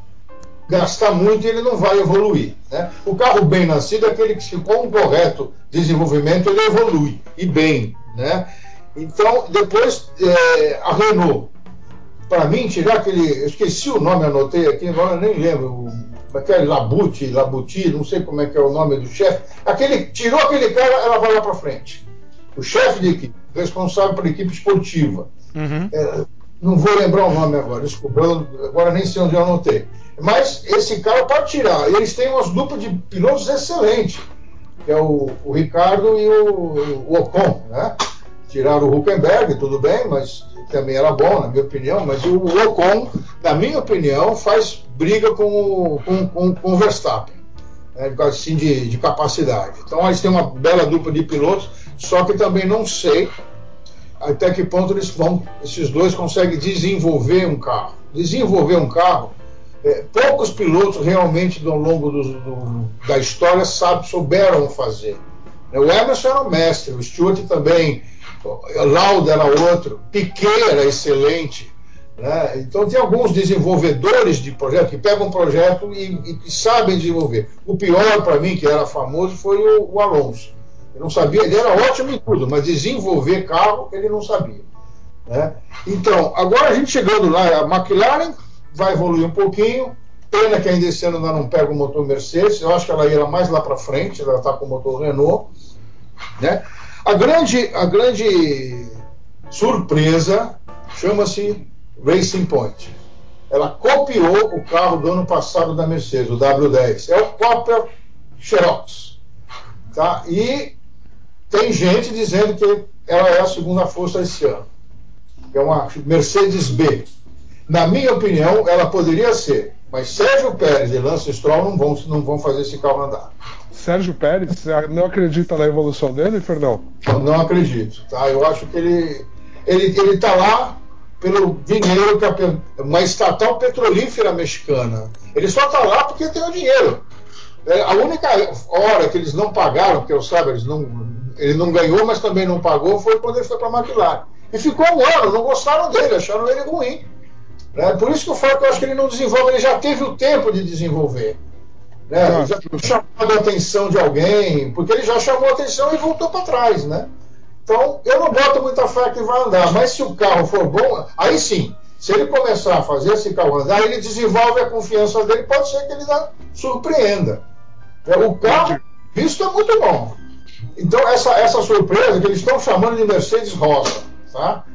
gastar muito e ele não vai evoluir, né? O carro bem nascido é aquele que, com um correto desenvolvimento, ele evolui, e bem, né? Então, depois, a Renault, para mim, tirar aquele... Eu esqueci o nome, anotei aqui, agora eu nem lembro. Aquele Labuti, não sei como é que é o nome do chefe. Tirou aquele cara, ela vai lá para frente. O chefe de equipe, responsável pela equipe esportiva. Uhum. Não vou lembrar o nome agora, desculpa, agora nem sei onde eu anotei. Mas esse cara pode tirar. Eles têm umas duplas de pilotos excelentes, que é o Ricardo e o Ocon, né? Tiraram o Hülkenberg, tudo bem, mas também era bom, na minha opinião. Mas o Ocon, na minha opinião, faz briga com o Verstappen, né, assim, de capacidade. Então eles têm uma bela dupla de pilotos, só que também não sei até que ponto esses dois conseguem desenvolver um carro. Desenvolver um carro, poucos pilotos realmente ao longo da história souberam fazer. O Emerson era um mestre, o Stewart também, o Lauda era outro, Piquet era excelente, Né? Então tem alguns desenvolvedores de projeto que pegam um projeto e sabem desenvolver. O pior para mim, que era famoso, foi o Alonso. Ele não sabia, ele era ótimo em tudo, mas desenvolver carro ele não sabia. Né? Então, agora a gente chegando lá, a McLaren vai evoluir um pouquinho. Pena que ainda esse ano ainda não pega o motor Mercedes. Eu acho que ela ia mais lá para frente, ela está com o motor Renault. Né? A grande surpresa chama-se Racing Point. Ela copiou o carro do ano passado da Mercedes, o W10. É o Copper Xerox. Tá? E tem gente dizendo que ela é a segunda força esse ano. É uma Mercedes B. Na minha opinião, ela poderia ser. Mas Sérgio Pérez e Lance Stroll não vão fazer esse carro andar. Sérgio Pérez, você não acredita na evolução dele, Fernão? Não acredito. Tá? Eu acho que ele está lá pelo dinheiro que uma estatal petrolífera mexicana. Ele só está lá porque tem o dinheiro. A única hora que eles não pagaram, porque eu saiba, ele não ganhou, mas também não pagou, foi quando ele foi para a McLaren. E ficou um ano, não gostaram dele, acharam ele ruim. Né? Por isso que eu falo que eu acho que ele não desenvolve, ele já teve o tempo de desenvolver. Né? Ele já tinha chamado a atenção de alguém, porque ele já chamou a atenção e voltou para trás. Né? Então, eu não boto muita fé que vai andar, mas se o carro for bom, aí sim, se ele começar a fazer esse carro andar, ele desenvolve a confiança dele, pode ser que ele surpreenda. O carro visto é muito bom. Então, essa surpresa que eles estão chamando de Mercedes Rosa, tá?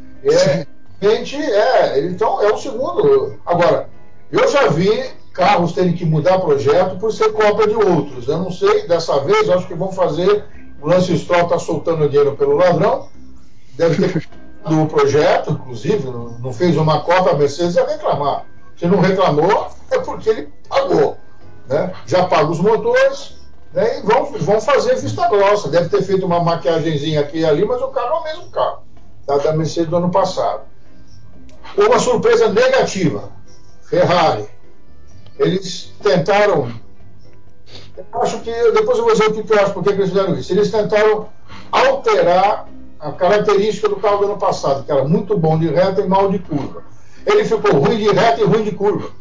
Então, é o segundo. Agora, eu já vi carros terem que mudar projeto por ser cópia de outros. Eu não sei, dessa vez, eu acho que vão fazer. O Lance Stroll está soltando dinheiro pelo ladrão, deve ter do projeto, inclusive, não fez uma cópia, a Mercedes ia reclamar. Se não reclamou, é porque ele pagou. Né? Já paga os motores, né? E vão fazer vista grossa. Deve ter feito uma maquiagenzinha aqui e ali, mas o carro é o mesmo carro, tá? Da Mercedes do ano passado. Uma surpresa negativa, Ferrari. Eles tentaram, eu acho que, depois eu vou dizer o que eu acho, porque eles fizeram isso. Eles tentaram alterar a característica do carro do ano passado, que era muito bom de reta e mal de curva. Ele ficou ruim de reta e ruim de curva.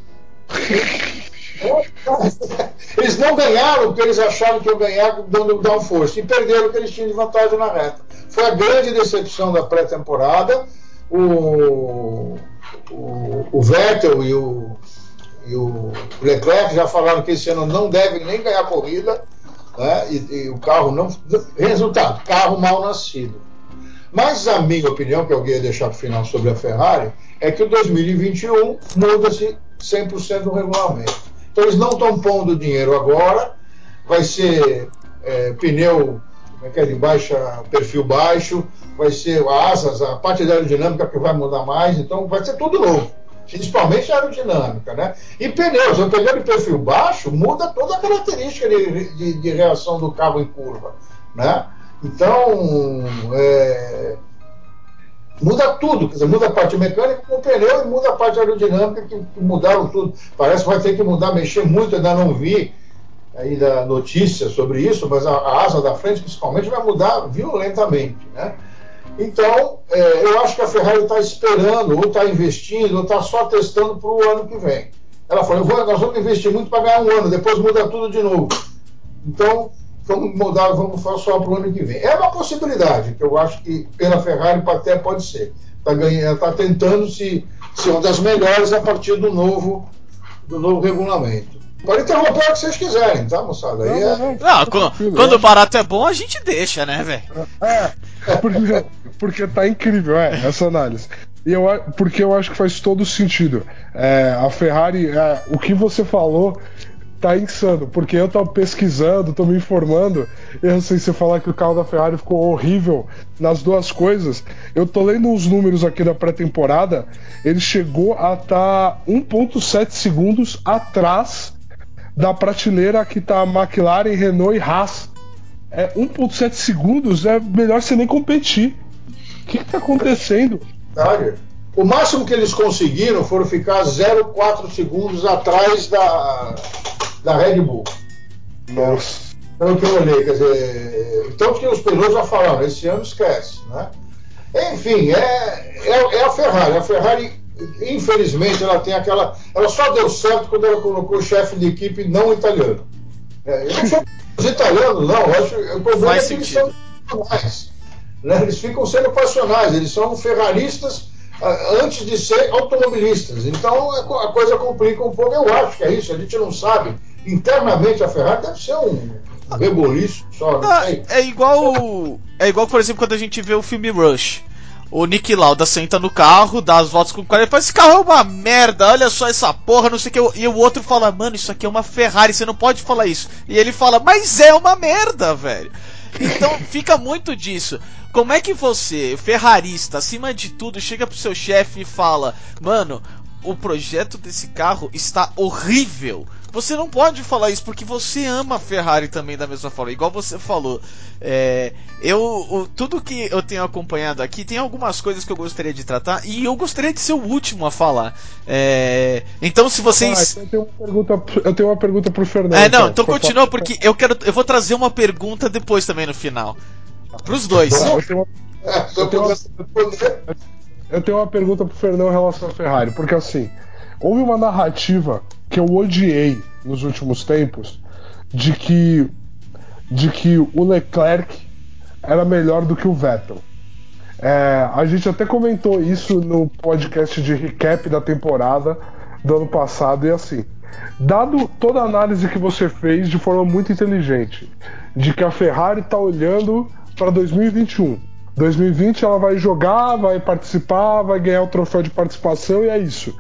Eles não ganharam o que eles acharam que iam ganhar dando downforce e perderam o que eles tinham de vantagem na reta. Foi a grande decepção da pré-temporada. O Vettel e o Leclerc já falaram que esse ano não devem nem ganhar corrida, né? E o carro não. Resultado: carro mal nascido. Mas a minha opinião, que eu ia deixar para o final sobre a Ferrari, é que o 2021 muda-se 100% do regulamento. Então eles não estão pondo dinheiro agora, vai ser pneu de perfil baixo, vai ser asas, a parte da aerodinâmica que vai mudar mais, então vai ser tudo novo, principalmente a aerodinâmica. Né? E pneus, o pneu de perfil baixo muda toda a característica de reação do carro em curva. Né? Então, muda tudo, quer dizer, muda a parte mecânica com o pneu e muda a parte aerodinâmica, que mudaram tudo. Parece que vai ter que mudar, mexer muito, ainda não vi ainda notícias sobre isso, mas a asa da frente, principalmente, vai mudar violentamente. Né? Então, eu acho que a Ferrari está esperando, ou está investindo, ou está só testando para o ano que vem. Ela falou, nós vamos investir muito para ganhar um ano, depois muda tudo de novo. Então, vamos só para o ano que vem. É uma possibilidade, que eu acho que pela Ferrari até pode ser. Está tentando ser uma das melhores a partir do novo regulamento. Pode interromper o que vocês quiserem, tá, moçada? Quando o barato é bom, a gente deixa, né, velho? Porque tá incrível, essa análise. Porque eu acho que faz todo sentido. A Ferrari, o que você falou tá insano, porque eu tô pesquisando, tô me informando, eu sei se falar que o carro da Ferrari ficou horrível nas duas coisas, eu tô lendo uns números aqui da pré-temporada, ele chegou a estar 1.7 segundos atrás da prateleira que tá a McLaren, Renault e Haas. 1.7 segundos, é melhor você nem competir. O que tá acontecendo? O máximo que eles conseguiram foram ficar 0,4 segundos atrás da Red Bull. Nossa. Pelo que eu olhei, quer dizer, então que os pilotos já falaram, esse ano esquece, né? Enfim, é a Ferrari. A Ferrari infelizmente, ela tem aquela. Ela só deu certo quando ela colocou o chefe de equipe não italiano. Eu não sou os italianos, não. Eu acho, o problema é que eles são passionais. Né? Eles ficam sendo passionais, eles são ferraristas antes de ser automobilistas. Então a coisa complica um pouco. Eu acho que é isso, a gente não sabe. Internamente a Ferrari deve ser um reboliço só, não sei. É igual, por exemplo, quando a gente vê o filme Rush. O Niki Lauda senta no carro, dá as voltas com o cara e fala: esse carro é uma merda, olha só essa porra, não sei o que. E o outro fala: mano, isso aqui é uma Ferrari, você não pode falar isso. E ele fala: mas é uma merda, velho. Então fica muito disso. Como é que você, ferrarista, acima de tudo, chega pro seu chefe e fala: mano, o projeto desse carro está horrível. Você não pode falar isso porque você ama a Ferrari também da mesma forma. Igual você falou, tudo que eu tenho acompanhado aqui, tem algumas coisas que eu gostaria de tratar e eu gostaria de ser o último a falar. Então se vocês... eu tenho uma pergunta pro Fernando. Então continua porque eu vou trazer uma pergunta depois também no final. Pros dois. Eu tenho uma pergunta pro Fernando em relação à Ferrari, porque assim, houve uma narrativa que eu odiei nos últimos tempos de que o Leclerc era melhor do que o Vettel. A gente até comentou isso no podcast de recap da temporada do ano passado, e assim, dado toda a análise que você fez de forma muito inteligente, de que a Ferrari está olhando para 2021. 2020 ela vai jogar, vai participar, vai ganhar o troféu de participação e é isso.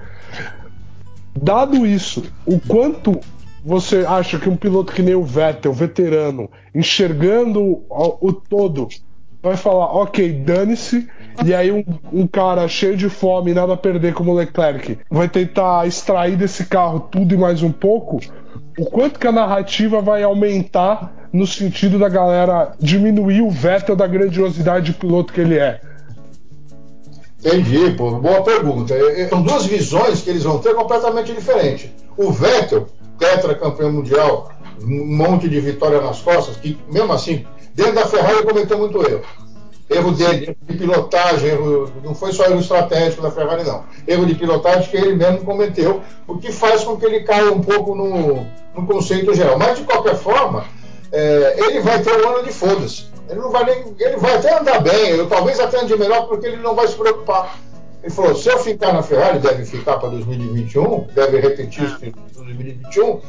Dado isso, o quanto você acha que um piloto que nem o Vettel, veterano, enxergando o todo, vai falar, ok, dane-se, e aí um cara cheio de fome e nada a perder como o Leclerc vai tentar extrair desse carro tudo e mais um pouco, o quanto que a narrativa vai aumentar no sentido da galera diminuir o Vettel da grandiosidade de piloto que ele é? Entendi, pô, boa pergunta. São duas visões que eles vão ter completamente diferentes. O Vettel, tetracampeão mundial, um monte de vitória nas costas, que mesmo assim, dentro da Ferrari cometeu muito erro. Erro dele, de pilotagem, não foi só erro estratégico da Ferrari, não. Erro de pilotagem que ele mesmo cometeu, o que faz com que ele caia um pouco no conceito geral. Mas, de qualquer forma, ele vai ter um ano de foda-se. Ele vai até andar bem, talvez até ande melhor, porque ele não vai se preocupar. Ele falou: se eu ficar na Ferrari, deve ficar para 2021, deve repetir isso em 2021,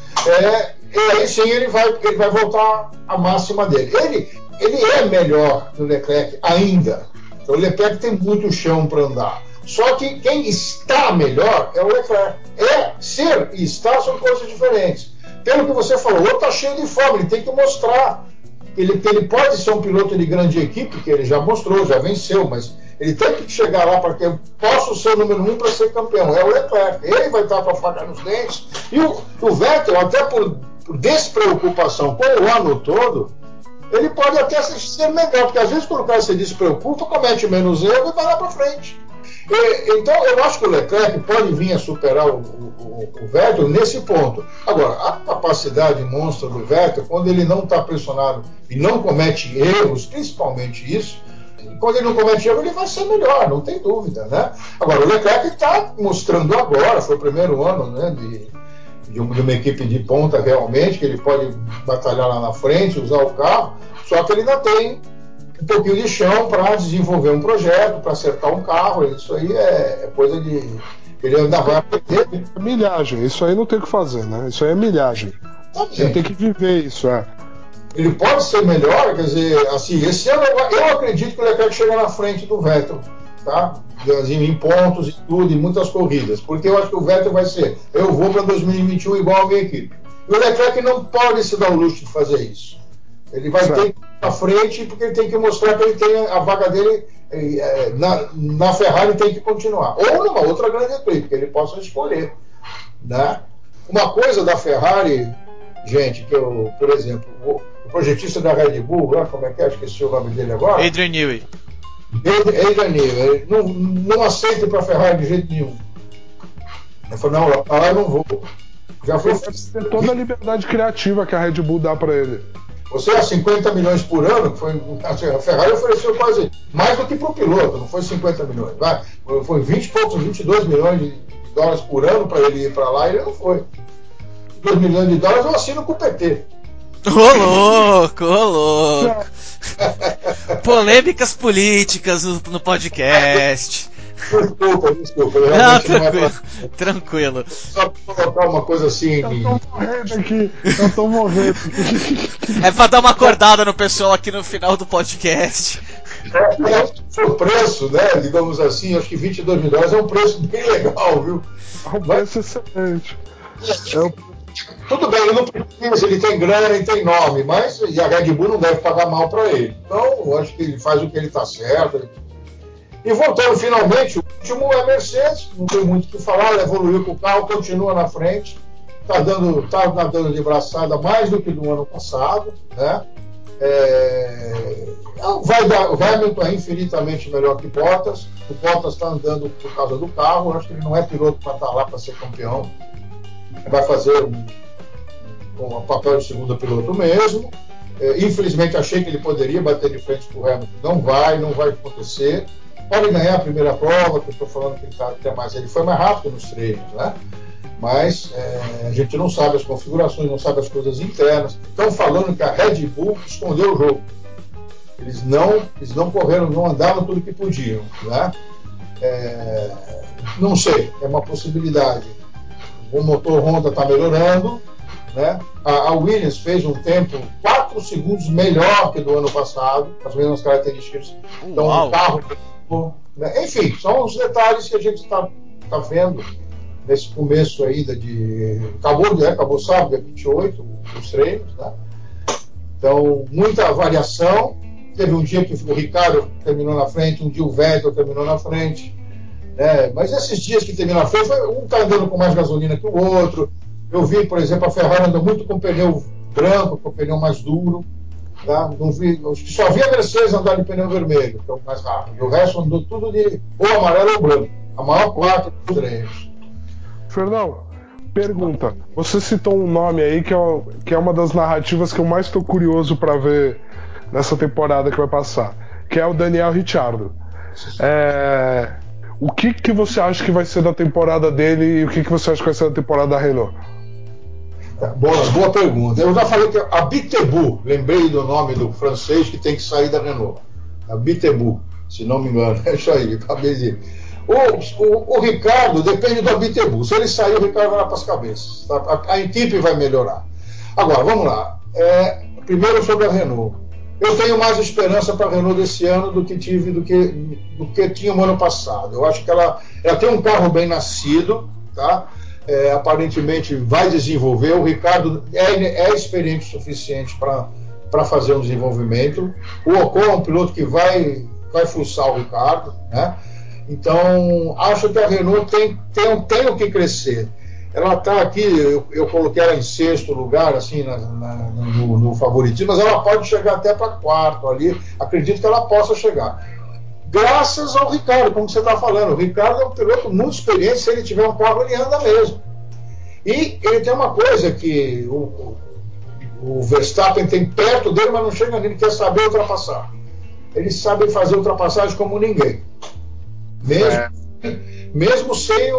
e aí sim ele vai voltar à máxima dele. Ele é melhor que o Leclerc ainda. Então, o Leclerc tem muito chão para andar. Só que quem está melhor é o Leclerc. Ser e estar são coisas diferentes. Pelo que você falou, o outro está cheio de fome, ele tem que mostrar que ele pode ser um piloto de grande equipe, que ele já mostrou, já venceu, mas ele tem que chegar lá para que eu possa ser o número 1 para ser campeão. É o Leclerc. Ele vai estar com a faca nos dentes. E o Vettel, até por despreocupação com o ano todo, ele pode até ser melhor, porque às vezes quando o cara se despreocupa, comete menos erro e vai lá para frente. Então eu acho que o Leclerc pode vir a superar o Vettel nesse ponto. Agora, a capacidade monstra do Vettel, quando ele não está pressionado e não comete erros, principalmente isso, quando ele não comete erro, ele vai ser melhor, não tem dúvida, né? Agora, o Leclerc está mostrando agora, foi o primeiro ano, né, de uma equipe de ponta realmente, que ele pode batalhar lá na frente, usar o carro, só que ele ainda tem um pouquinho de chão para desenvolver um projeto, para acertar um carro. Isso aí é coisa de... Ele ainda vai aprender. É milhagem, isso aí não tem o que fazer, né? Isso aí é milhagem. Ele tem que viver isso, Ele pode ser melhor, quer dizer, assim, esse ano eu acredito que o Leclerc chega na frente do Vettel, tá? Em pontos e tudo, em muitas corridas, porque eu acho que o Vettel vai ser, eu vou para 2021 igual a minha equipe. E o Leclerc não pode se dar o luxo de fazer isso. Ele vai ter que ir na frente, porque ele tem que mostrar que ele tem a vaga dele na Ferrari, tem que continuar. Ou numa outra grande equipe, que ele possa escolher, né? Uma coisa da Ferrari, gente, que eu, por exemplo, o projetista da Red Bull, como é que é? Esqueci o nome dele agora. Adrian Newey. Ele não aceita ir para a Ferrari de jeito nenhum. Ele falou: não, lá eu não vou. Já foi. Tem toda a liberdade criativa que a Red Bull dá para ele. Você a 50 milhões por ano, a Ferrari ofereceu quase mais do que para o piloto, não foi 50 milhões, foi 20 e poucos, 22 milhões de dólares por ano para ele ir para lá, e ele não foi. 2 milhões de dólares eu assino com o PT. Ô louco, ô louco. Polêmicas políticas no podcast. Desculpa. Não, tranquilo, tranquilo. Só para colocar uma coisa assim. Eu tô morrendo aqui. É pra dar uma acordada no pessoal aqui no final do podcast. O preço, né? Digamos assim, acho que 22 mil dólares é um preço bem legal, viu? É um preço excelente. Tudo bem, ele não precisa, ele tem grana, ele tem nome, mas e a Red Bull não deve pagar mal para ele. Então, eu acho que ele faz o que ele está certo. E voltando finalmente, o último é a Mercedes, não tem muito o que falar, ela evoluiu com o carro, continua na frente, tá nadando de braçada mais do que no ano passado, né? O Hamilton é infinitamente melhor que Bottas. O Bottas está andando por causa do carro. Eu acho que ele não é piloto para estar lá para ser campeão. Ele vai fazer um papel de segundo piloto mesmo. Infelizmente achei que ele poderia bater de frente com o Hamilton. Não vai acontecer. Pode ganhar a primeira prova, que eu estou falando que ele tá até mais. Ele foi mais rápido nos treinos, né? Mas a gente não sabe as configurações, não sabe as coisas internas. Estão falando que a Red Bull escondeu o jogo. Eles não correram, não andaram tudo que podiam, né? Não sei, é uma possibilidade. O motor Honda está melhorando, né? A Williams fez um tempo 4 segundos melhor que do ano passado, com as mesmas características. Então o carro, né? Enfim, são os detalhes que a gente está vendo nesse começo ainda acabou sábado, dia 28, os treinos, né? Então, muita variação. Teve um dia que o Ricardo terminou na frente, um dia o Vettel terminou na frente, né? Mas esses dias que terminou na frente, um está andando com mais gasolina que o outro. Eu vi, por exemplo, a Ferrari andando muito com pneu branco, com pneu mais duro, tá? Só vi a Mercedes andar de pneu vermelho, que é o mais rápido. O resto andou tudo de ou amarelo ou branco. A maior parte dos treinos. Fernão, pergunta. Você citou um nome aí que é uma das narrativas que eu mais estou curioso para ver nessa temporada que vai passar, que é o Daniel Ricciardo. O que você acha que vai ser da temporada dele e o que você acha que vai ser da temporada da Renault? Boa pergunta. Eu já falei que a Bitebu, lembrei do nome do francês que tem que sair da Renault. A Bitebu, se não me engano. É isso aí, acabei de... O Ricardo depende do Bitebu. Se ele sair, o Ricardo vai lá para as cabeças. Tá? A equipe vai melhorar. Agora, vamos lá. Primeiro sobre a Renault. Eu tenho mais esperança para a Renault desse ano do que tinha no ano passado. Eu acho que ela tem um carro bem nascido, tá? Aparentemente vai desenvolver. O Ricardo é experiente o suficiente para fazer um desenvolvimento. O Ocon é um piloto que vai fuçar o Ricardo, né? Então, acho que a Renault tem o que crescer. Ela está aqui, eu coloquei ela em 6º lugar, assim, no favoritismo, mas ela pode chegar até para 4º ali. Acredito que ela possa chegar. Graças ao Ricardo, como você está falando. O Ricardo é um piloto muito experiente, se ele tiver um carro, ele anda mesmo. E ele tem uma coisa que o Verstappen tem perto dele, mas não chega nele, quer saber ultrapassar. Eles sabem fazer ultrapassagem como ninguém. Mesmo sem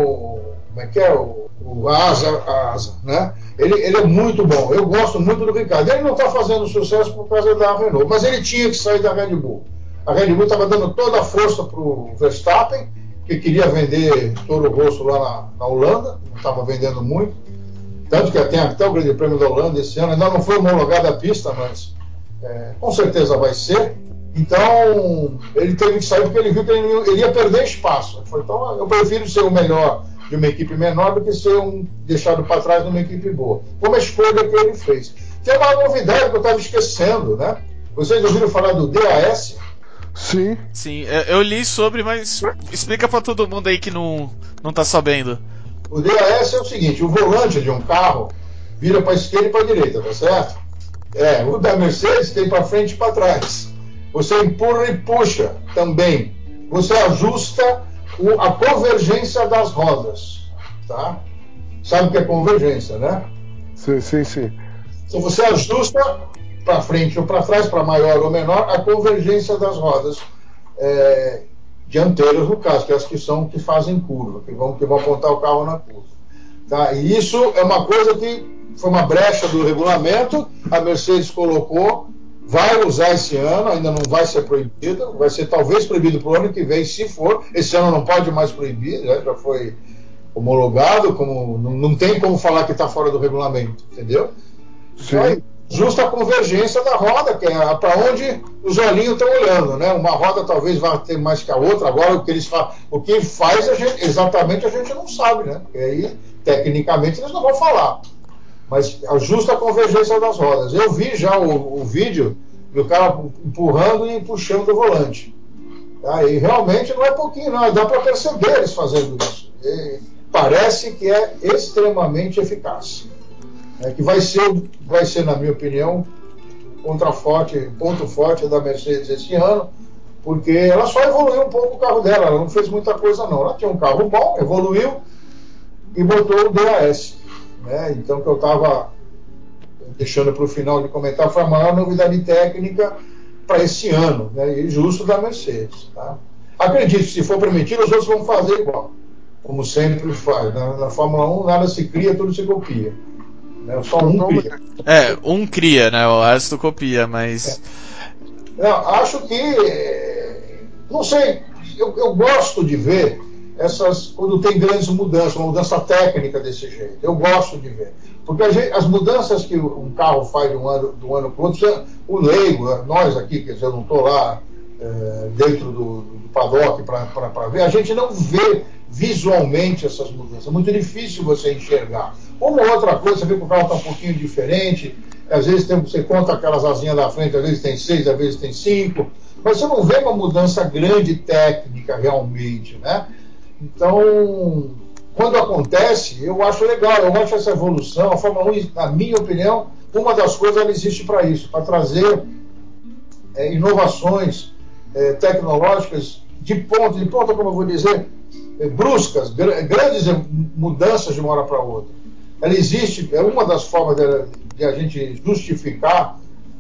o asa, né? Ele é muito bom. Eu gosto muito do Ricardo. Ele não está fazendo sucesso por causa da Renault, mas ele tinha que sair da Red Bull. A Red Bull estava dando toda a força para o Verstappen, que queria vender Toro Rosso lá na Holanda, não estava vendendo muito. Tanto que tem até o Grande Prêmio da Holanda esse ano. Ainda não foi homologada a pista, mas com certeza vai ser. Então, ele teve que sair porque ele viu que ele ia perder espaço. Ele falou, então, eu prefiro ser o melhor de uma equipe menor do que ser deixado para trás numa equipe boa. Foi uma escolha que ele fez. Tem uma novidade que eu estava esquecendo, né? Vocês ouviram falar do DAS? Sim. Sim, eu li sobre, mas explica para todo mundo aí que não tá sabendo. O DAS é o seguinte, o volante de um carro vira para a esquerda e para a direita, tá certo? O da Mercedes tem para frente e para trás. Você empurra e puxa também. Você ajusta a convergência das rodas, tá? Sabe o que é convergência, né? Sim. Então você ajusta para frente ou para trás, para maior ou menor, a convergência das rodas dianteiras, no caso, que é as que fazem curva, que vão apontar o carro na curva. Tá? E isso é uma coisa que foi uma brecha do regulamento, a Mercedes colocou, vai usar esse ano, ainda não vai ser proibido, vai ser talvez proibido para o ano que vem, se for. Esse ano não pode mais proibir, né? Já foi homologado, não tem como falar que está fora do regulamento, entendeu? Então, justa a convergência da roda, que é para onde os olhinhos estão olhando, né? Uma roda talvez vá ter mais que a outra, agora o que faz exatamente a gente não sabe, né? E aí, tecnicamente, eles não vão falar. Mas a justa convergência das rodas. Eu vi já o vídeo do cara empurrando e puxando o volante. Tá? E realmente não é pouquinho, não. Dá para perceber eles fazendo isso. E parece que é extremamente eficaz. Que vai ser, na minha opinião, ponto forte da Mercedes esse ano, porque ela só evoluiu um pouco o carro dela, ela não fez muita coisa não. Ela tinha um carro bom, evoluiu e botou o DAS. Né? Então, que eu estava deixando para o final de comentar, foi a maior novidade técnica para esse ano, né? E justo da Mercedes. Tá? Acredito, se for permitido, os outros vão fazer igual, como sempre faz. Na Fórmula 1, nada se cria, tudo se copia. Né? Só um cria. Um cria, né? O resto copia, mas... Acho que... Não sei, eu gosto de ver quando tem grandes mudanças, uma mudança técnica desse jeito. Eu gosto de ver. Porque as mudanças que um carro faz de um ano para o outro, o leigo, nós aqui, quer dizer, eu não estou lá dentro do paddock para ver, a gente não vê visualmente essas mudanças. É muito difícil você enxergar. Uma outra coisa, você vê que o carro está um pouquinho diferente, às vezes você conta aquelas asinhas da frente, às vezes tem 6, às vezes tem 5, mas você não vê uma mudança grande técnica realmente, né? Então, quando acontece, eu acho legal, eu acho essa evolução. A Fórmula 1, na minha opinião, uma das coisas, ela existe para isso, para trazer inovações tecnológicas de ponta, como eu vou dizer, bruscas, grandes mudanças de uma hora para outra. Ela existe, é uma das formas de a gente justificar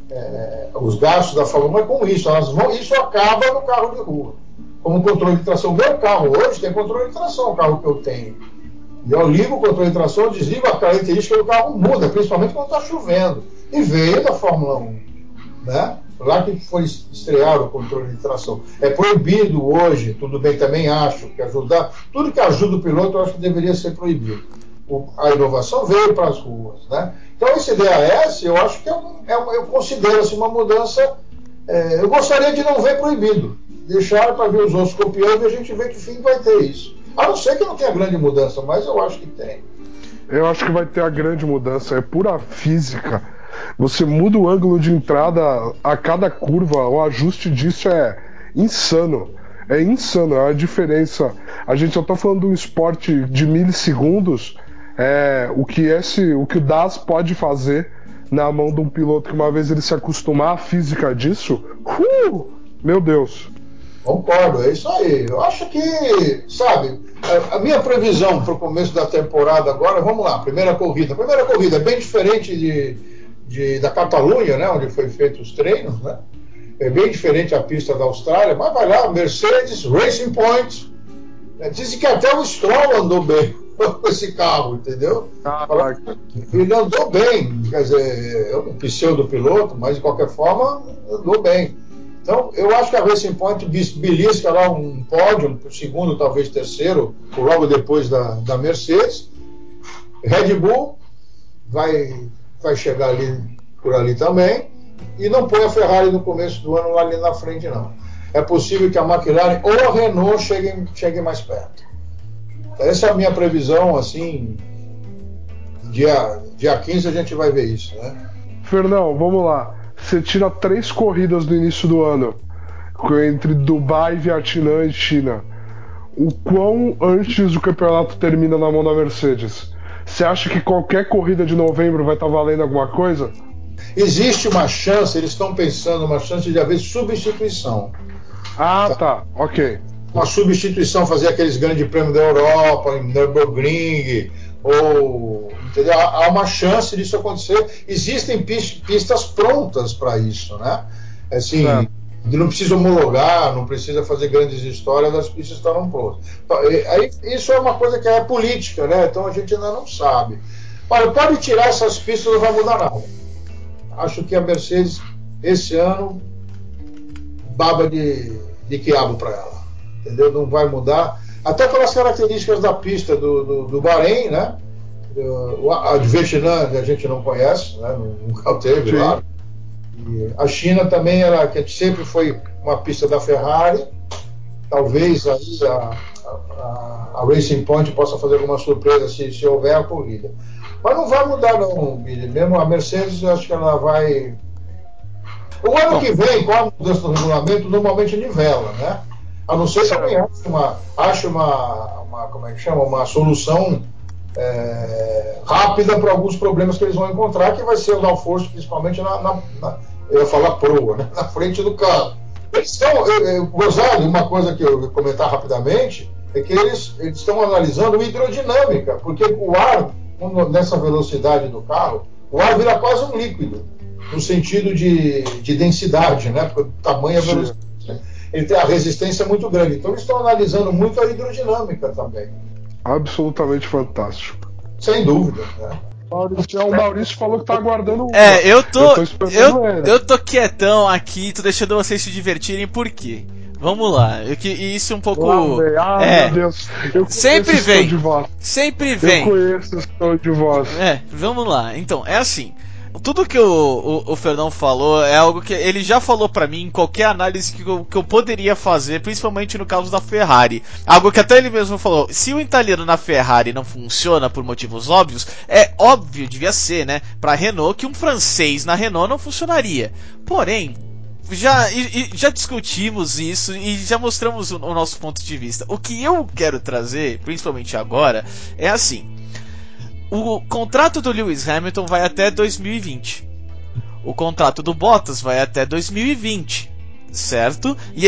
os gastos da Fórmula 1 é com isso. Isso acaba no carro de rua. Como controle de tração. O meu carro hoje tem controle de tração, o carro que eu tenho. E eu ligo o controle de tração, desligo, a característica do carro muda, principalmente quando está chovendo. E veio da Fórmula 1. Né? Lá que foi estrear o controle de tração. É proibido hoje, tudo bem, também acho que tudo que ajuda o piloto, eu acho que deveria ser proibido. A inovação veio para as ruas. Né? Então esse DAS, eu acho que eu considero assim, uma mudança. Eu gostaria de não ver proibido. Deixar para ver os outros copiando e a gente vê que fim vai ter isso. A não ser que não tenha grande mudança, mas eu acho que tem. Eu acho que vai ter a grande mudança, é pura física. Você muda o ângulo de entrada a cada curva, o ajuste disso é insano. É insano, é a diferença. A gente só tá falando de um esporte de milissegundos, o que o DAS pode fazer na mão de um piloto que uma vez ele se acostumar à física disso, meu Deus. Concordo, é isso aí. Eu acho que, sabe, a minha previsão para o começo da temporada agora, vamos lá, primeira corrida é bem diferente da Catalunha, né, onde foi feito os treinos, né? É bem diferente a pista da Austrália, mas vai lá, Mercedes, Racing Point. Dizem que até o Stroll andou bem com esse carro, entendeu? Ele andou bem, quer dizer, é um pseudo-piloto, mas de qualquer forma andou bem. Então, eu acho que a Racing Point belisca lá um pódio, segundo, talvez terceiro, logo depois da Mercedes. Red Bull vai chegar por ali também, e não põe a Ferrari no começo do ano lá ali na frente, não. É possível que a McLaren ou a Renault cheguem mais perto. Essa é a minha previsão, assim, dia 15 a gente vai ver isso, né? Fernão, vamos lá. Você tira 3 corridas no início do ano, entre Dubai, Vietnã e China. O quão antes o campeonato termina na mão da Mercedes? Você acha que qualquer corrida de novembro vai estar valendo alguma coisa? Existe uma chance, eles estão pensando, uma chance de haver substituição. Tá, ok. Uma substituição, fazer aqueles grandes prêmios da Europa, em Nürburgring, ou entendeu? Há uma chance disso acontecer. Existem pistas prontas para isso, né? Assim, não precisa homologar, não precisa fazer grandes histórias, as pistas estarão prontas. Aí, isso é uma coisa que é política, né? Então a gente ainda não sabe. Olha, pode tirar essas pistas, não vai mudar nada. Acho que a Mercedes, esse ano, baba de quiabo para ela, entendeu? Não vai mudar, até pelas características da pista do Bahrein, né? A de Vietnã a gente não conhece, né? Nunca teve lá. E a China também era, que sempre foi uma pista da Ferrari. Talvez aí a Racing Point possa fazer alguma surpresa se houver a corrida. Mas não vai mudar não, Billy. Mesmo a Mercedes, eu acho que ela vai. O ano que vem, com a mudança do regulamento, normalmente nivela, né? A não ser se alguém acha como é que chama? Uma solução rápida para alguns problemas que eles vão encontrar, que vai ser o downforce, principalmente eu ia falar proa, né? Na frente do carro. Eles estão, Rosário, uma coisa que eu vou comentar rapidamente, é que eles estão analisando hidrodinâmica, porque o ar, nessa velocidade do carro, o ar vira quase um líquido, no sentido de densidade, né? Porque o tamanho e a velocidade. Ele tem a resistência muito grande. Então eles estão analisando muito a hidrodinâmica também. Absolutamente fantástico. Sem dúvida, né? O Maurício falou que tá aguardando. Eu tô esperando ele. Eu tô quietão aqui, tô deixando vocês se divertirem, por quê? Vamos lá, isso um pouco. Meu Deus. Sempre vem. Sempre vem. Eu conheço esse tom de voz. Vamos lá. Então, é assim. Tudo que o Fernão falou é algo que ele já falou pra mim em qualquer análise que eu poderia fazer, principalmente no caso da Ferrari. Algo que até ele mesmo falou, se o italiano na Ferrari não funciona por motivos óbvios, é óbvio, devia ser, né, pra Renault, que um francês na Renault não funcionaria. Porém, já discutimos isso e já mostramos o nosso ponto de vista. O que eu quero trazer, principalmente agora, é assim. O contrato do Lewis Hamilton vai até 2020. O contrato do Bottas vai até 2020, certo? E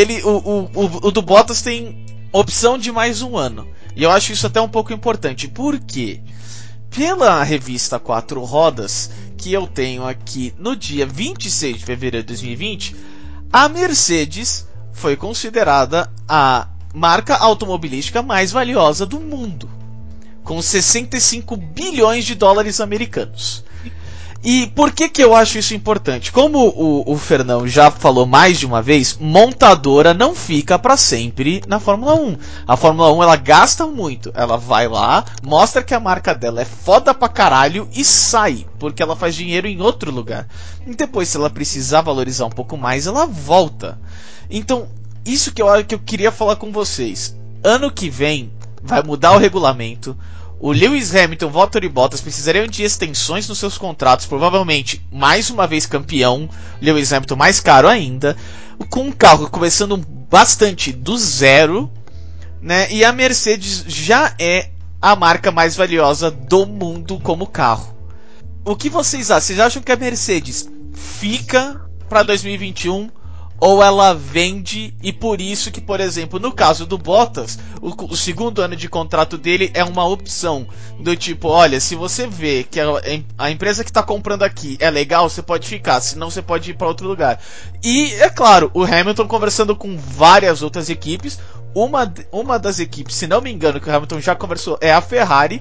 o do Bottas tem opção de mais um ano. E eu acho isso até um pouco importante. Por quê? Pela revista 4 Rodas, que eu tenho aqui no dia 26 de fevereiro de 2020, a Mercedes foi considerada a marca automobilística mais valiosa do mundo, com 65 bilhões de dólares americanos. E por que eu acho isso importante? Como o Fernão já falou mais de uma vez, montadora não fica para sempre na Fórmula 1. A Fórmula 1 ela gasta muito. Ela vai lá, mostra que a marca dela é foda pra caralho e sai, porque ela faz dinheiro em outro lugar. E depois, se ela precisar valorizar um pouco mais, ela volta. Então, isso que eu queria falar com vocês. Ano que vem vai mudar o regulamento. O Lewis Hamilton, Valtteri Bottas precisariam de extensões nos seus contratos, provavelmente mais uma vez campeão, Lewis Hamilton mais caro ainda, com um carro começando bastante do zero, né? E a Mercedes já é a marca mais valiosa do mundo como carro. O que vocês acham? Vocês acham que a Mercedes fica para 2021? Ou ela vende, e por isso que, por exemplo, no caso do Bottas, o segundo ano de contrato dele é uma opção, do tipo, olha, se você vê que a empresa que está comprando aqui é legal, você pode ficar, senão você pode ir para outro lugar. E, é claro, o Hamilton conversando com várias outras equipes, uma das equipes, se não me engano, que o Hamilton já conversou, é a Ferrari,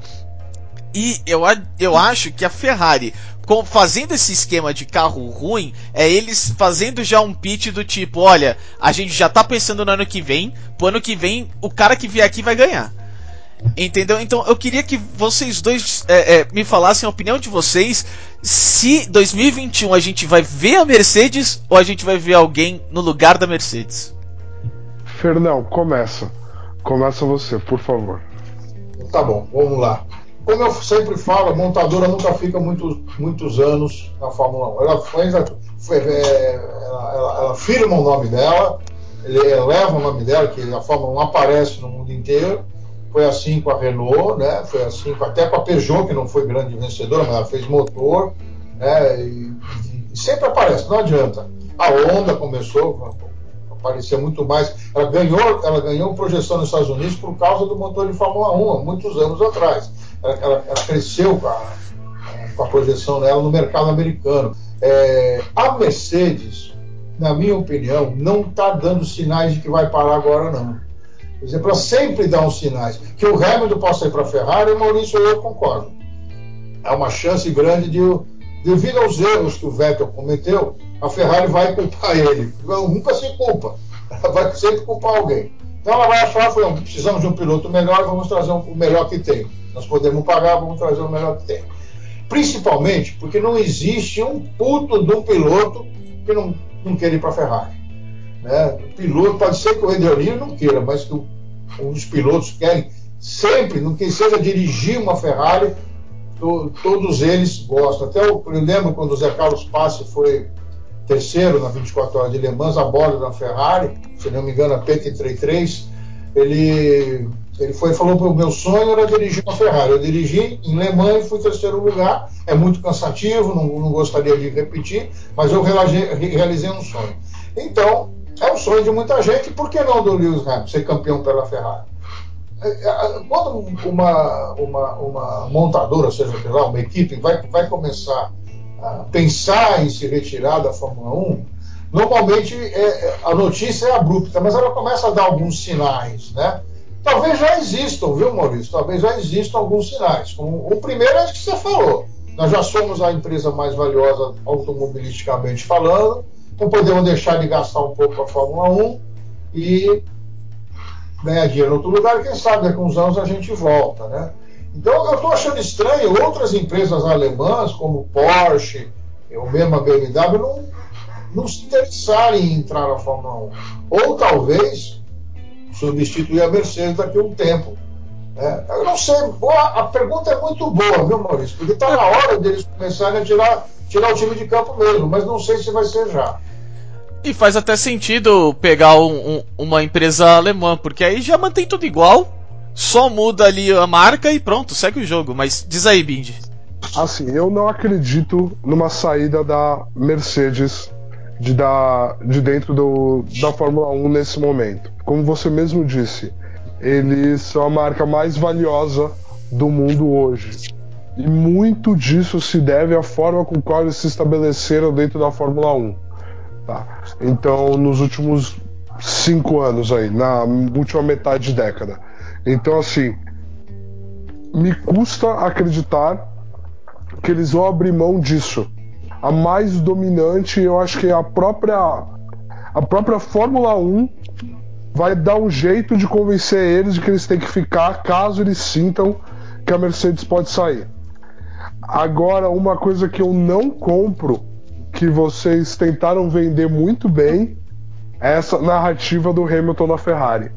e eu acho que a Ferrari, fazendo esse esquema de carro ruim, é eles fazendo já um pitch do tipo, olha, a gente já tá pensando no ano que vem, pro ano que vem o cara que vier aqui vai ganhar. Entendeu? Então eu queria que vocês dois me falassem a opinião de vocês, se 2021 a gente vai ver a Mercedes ou a gente vai ver alguém no lugar da Mercedes. Fernão, começa você, por favor. Tá bom, vamos lá. Como eu sempre falo, a montadora nunca fica muitos anos na Fórmula 1. Ela firma o nome dela, eleva o nome dela, que a Fórmula 1 aparece no mundo inteiro. Foi assim com a Renault, né? Foi assim até com a Peugeot, que não foi grande vencedora, mas ela fez motor, né? E sempre aparece, não adianta. A Honda começou a aparecer muito mais. Ela ganhou projeção nos Estados Unidos por causa do motor de Fórmula 1, há muitos anos atrás. ela cresceu com a projeção dela no mercado americano. A Mercedes, na minha opinião, não está dando sinais de que vai parar agora, não. Por exemplo, ela sempre dá uns sinais. Que o Hamilton possa ir para a Ferrari, Maurício, eu concordo. É uma chance grande devido aos erros que o Vettel cometeu, a Ferrari vai culpar ele. Nunca se culpa. Ela vai sempre culpar alguém. Então ela vai achar, precisamos de um piloto melhor, vamos trazer o melhor que tem. Nós podemos pagar, vamos trazer o melhor que tem. Principalmente porque não existe um puto de um piloto que não queira ir para a Ferrari. Né? O piloto, pode ser que o Adriano não queira, mas que um dos pilotos querem sempre, no que seja dirigir uma Ferrari, todos eles gostam. Até eu lembro quando o Zé Carlos Passi foi terceiro na 24 horas de Le Mans a bordo da Ferrari, se não me engano a PT33, ele falou que o meu sonho era dirigir uma Ferrari. Eu dirigi em Le Mans e fui terceiro lugar, é muito cansativo, não gostaria de repetir, mas eu realizei um sonho. Então, é um sonho de muita gente, por que não do Lewis Hamilton ser campeão pela Ferrari? Quando uma montadora, seja lá, uma equipe, vai começar a pensar em se retirar da Fórmula 1, normalmente a notícia é abrupta, mas ela começa a dar alguns sinais, né? Talvez já existam, viu, Maurício? Talvez já existam alguns sinais. O primeiro é o que você falou. Nós já somos a empresa mais valiosa automobilisticamente falando, não podemos deixar de gastar um pouco a Fórmula 1 e ganhar dinheiro em outro lugar, e quem sabe daqui a uns anos a gente volta, né? Então eu estou achando estranho outras empresas alemãs, como Porsche, ou mesmo a BMW, não se interessarem em entrar na Fórmula 1. Ou talvez substituir a Mercedes daqui a um tempo. Eu não sei, a pergunta é muito boa, viu, Maurício? Porque está na hora deles começarem a tirar o time de campo mesmo, mas não sei se vai ser já. E faz até sentido pegar uma empresa alemã, porque aí já mantém tudo igual, só muda ali a marca e pronto, segue o jogo. Mas diz aí, Bindi. Assim, eu não acredito numa saída da Mercedes de dentro da Fórmula 1 nesse momento. Como você mesmo disse, eles são a marca mais valiosa do mundo hoje. E muito disso se deve à forma com qual eles se estabeleceram dentro da Fórmula 1. Tá? Então, nos últimos 5 anos aí, na última metade de década. Então, assim, me custa acreditar que eles vão abrir mão disso. A mais dominante, eu acho que a própria Fórmula 1 vai dar um jeito de convencer eles de que eles têm que ficar caso eles sintam que a Mercedes pode sair. Agora, uma coisa que eu não compro, que vocês tentaram vender muito bem, é essa narrativa do Hamilton na Ferrari.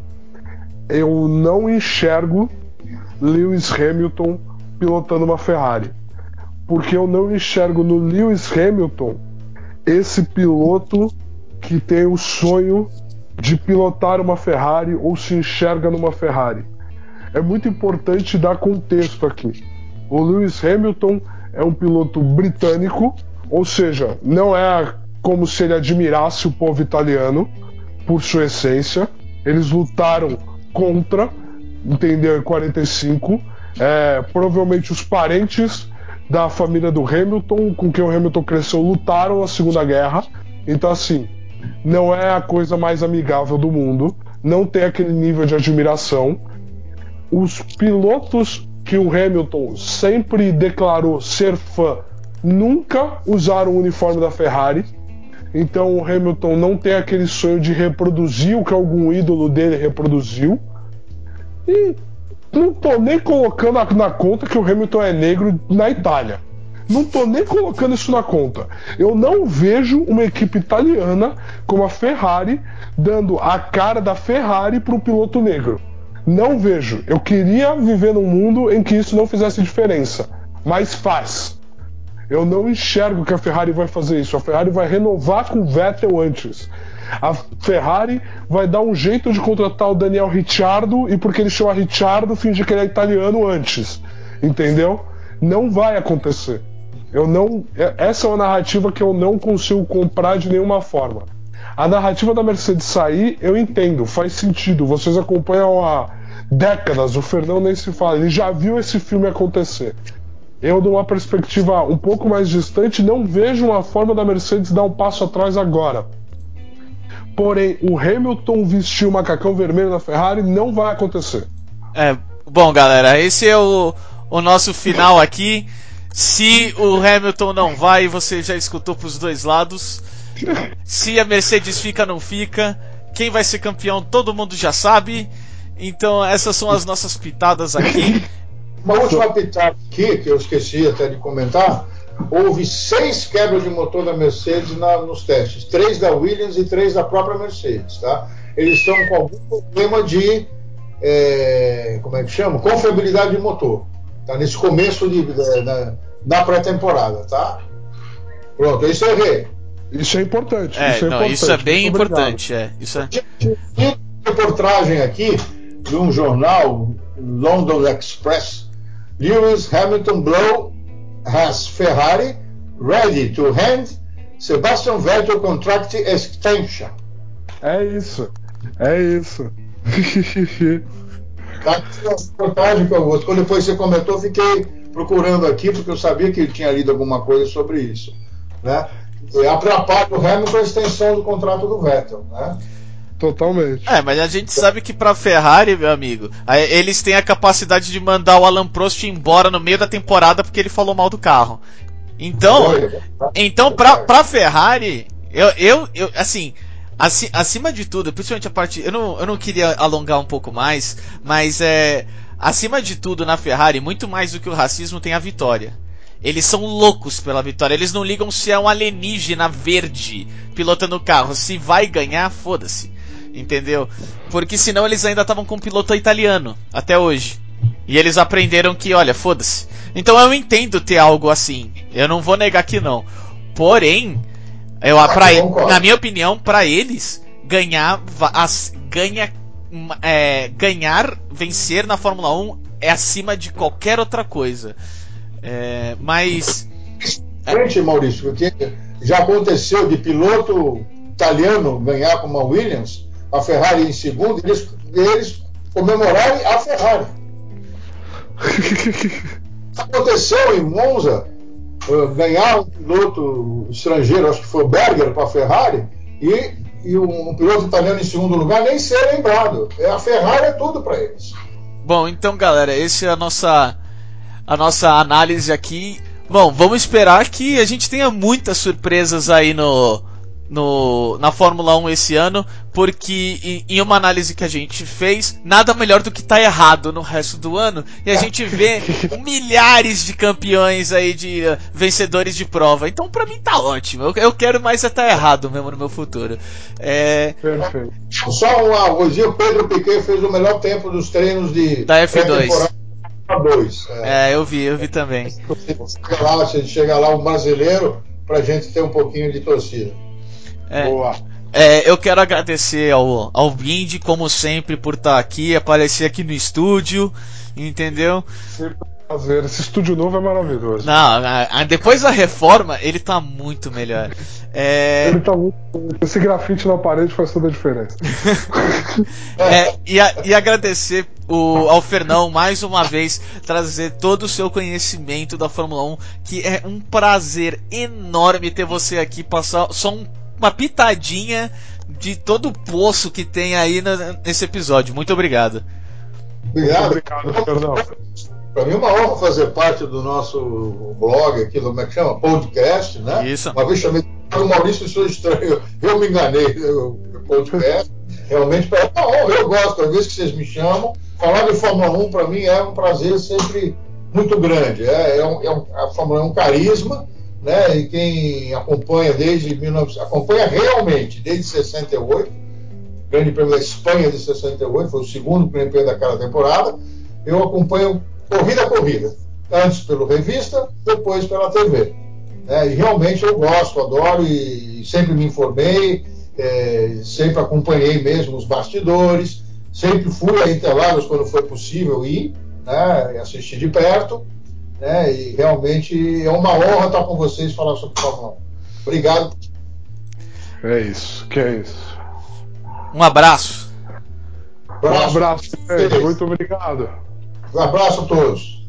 Eu não enxergo Lewis Hamilton pilotando uma Ferrari, porque eu não enxergo no Lewis Hamilton esse piloto que tem o sonho de pilotar uma Ferrari ou se enxerga numa Ferrari. É muito importante dar contexto aqui. O Lewis Hamilton é um piloto britânico, ou seja, não é como se ele admirasse o povo italiano por sua essência. Eles lutaram contra, entendeu? Em 45. Provavelmente os parentes da família do Hamilton, com quem o Hamilton cresceu, lutaram na Segunda Guerra. Então, assim, não é a coisa mais amigável do mundo. Não tem aquele nível de admiração. Os pilotos que o Hamilton sempre declarou ser fã nunca usaram o uniforme da Ferrari. Então o Hamilton não tem aquele sonho de reproduzir o que algum ídolo dele reproduziu. E não tô nem colocando na conta que o Hamilton é negro na Itália. Não tô nem colocando isso na conta. Eu não vejo uma equipe italiana como a Ferrari dando a cara da Ferrari para um piloto negro. Não vejo. Eu queria viver num mundo em que isso não fizesse diferença. Mas faz. Eu não enxergo que a Ferrari vai fazer isso. A Ferrari vai renovar com o Vettel antes. A Ferrari vai dar um jeito de contratar o Daniel Ricciardo e porque ele chama Ricciardo, fingir que ele é italiano antes. Entendeu? Não vai acontecer. Essa é uma narrativa que eu não consigo comprar de nenhuma forma. A narrativa da Mercedes sair, eu entendo, faz sentido. Vocês acompanham décadas, o Fernão nem se fala, ele já viu esse filme acontecer. Eu, de uma perspectiva um pouco mais distante, não vejo uma forma da Mercedes dar um passo atrás agora. Porém, o Hamilton vestir o macacão vermelho na Ferrari não vai acontecer. Bom, galera, esse é o nosso final aqui. Se o Hamilton não vai, você já escutou pros dois lados. Se a Mercedes fica, não fica. Quem vai ser campeão, todo mundo já sabe. Então, essas são as nossas pitadas aqui. Uma última pitada aqui, que eu esqueci até de comentar. Houve 6 quebras de motor da Mercedes nos testes. 3 da Williams e 3 da própria Mercedes. Tá? Eles estão com algum problema de... como é que chama? Confiabilidade de motor. Tá? Nesse começo da pré-temporada. Tá? Pronto, isso eu errei. Isso é importante. Isso é bem importante. Isso é... reportagem aqui de um jornal, London Express. Lewis Hamilton blow has Ferrari ready to hand Sebastian Vettel contract extension. É isso. Tá, reportagem que eu, quando depois você comentou, eu fiquei procurando aqui porque eu sabia que ele tinha lido alguma coisa sobre isso, né? Atrapalha o Hamilton a extensão do contrato do Vettel, né? Totalmente. Mas a gente sabe que pra Ferrari, meu amigo, eles têm a capacidade de mandar o Alan Prost embora no meio da temporada porque ele falou mal do carro. Então pra Ferrari, eu assim, acima de tudo, principalmente a parte, eu não queria alongar um pouco mais, mas acima de tudo na Ferrari, muito mais do que o racismo, tem a vitória. Eles são loucos pela vitória. Eles não ligam se é um alienígena verde pilotando o carro. Se vai ganhar, foda-se. Entendeu? Porque senão eles ainda estavam com um piloto italiano até hoje. E eles aprenderam que, olha, foda-se. Então eu entendo ter algo assim. Eu não vou negar que não. Porém, na minha opinião, pra eles, vencer na Fórmula 1 é acima de qualquer outra coisa. Mas... Maurício, porque já aconteceu de piloto italiano ganhar com uma Williams, a Ferrari em segundo, eles comemorarem a Ferrari. Aconteceu em Monza ganhar um piloto estrangeiro, acho que foi o Berger com a Ferrari, e um piloto italiano em segundo lugar nem ser lembrado. A Ferrari é tudo para eles. Bom, então galera, essa é a nossa análise aqui. Bom, vamos esperar que a gente tenha muitas surpresas aí na Fórmula 1 esse ano, porque em uma análise que a gente fez, nada melhor do que tá errado no resto do ano, e a gente vê milhares de campeões aí, de vencedores de prova. Então pra mim tá ótimo, eu quero mais é tá errado mesmo no meu futuro. Perfeito. Só uma coisinha, o Pedro Piquet fez o melhor tempo dos treinos da F2. Eu vi também. Se chega lá um brasileiro pra gente ter um pouquinho de torcida. Boa. Eu quero agradecer ao Bindi, como sempre, por estar aqui, aparecer aqui no estúdio, entendeu? Prazer. Esse estúdio novo é maravilhoso. Não, depois da reforma, ele tá muito melhor. Ele tá muito... Esse grafite na parede faz toda a diferença. E agradecer ao Fernão mais uma vez, trazer todo o seu conhecimento da Fórmula 1, que é um prazer enorme ter você aqui, passar só uma pitadinha de todo o poço que tem aí nesse episódio. Muito obrigado. Obrigado, Fernão. Para mim é uma honra fazer parte do nosso blog aqui, como é que chama? Podcast, né? Isso. Uma vez chamei o Maurício, sou estranho, eu me enganei no podcast. Realmente, é uma honra, eu gosto, cada vez que vocês me chamam. Falar de Fórmula 1 para mim é um prazer sempre muito grande. A Fórmula 1 é um carisma, né? E quem acompanha acompanha realmente desde 68, Grande Prêmio da Espanha de 68, foi o segundo Grande Prêmio daquela temporada. Eu acompanho corrida a corrida, antes pela revista, depois pela TV. E realmente eu gosto, adoro e sempre me informei, sempre acompanhei mesmo os bastidores, sempre fui a Interlagos quando foi possível ir, né, e assistir de perto, né, e realmente é uma honra estar com vocês e falar sobre Fórmula 1. Obrigado. É isso, que é isso. Um abraço. Um abraço, gente. Muito obrigado. Um abraço a todos.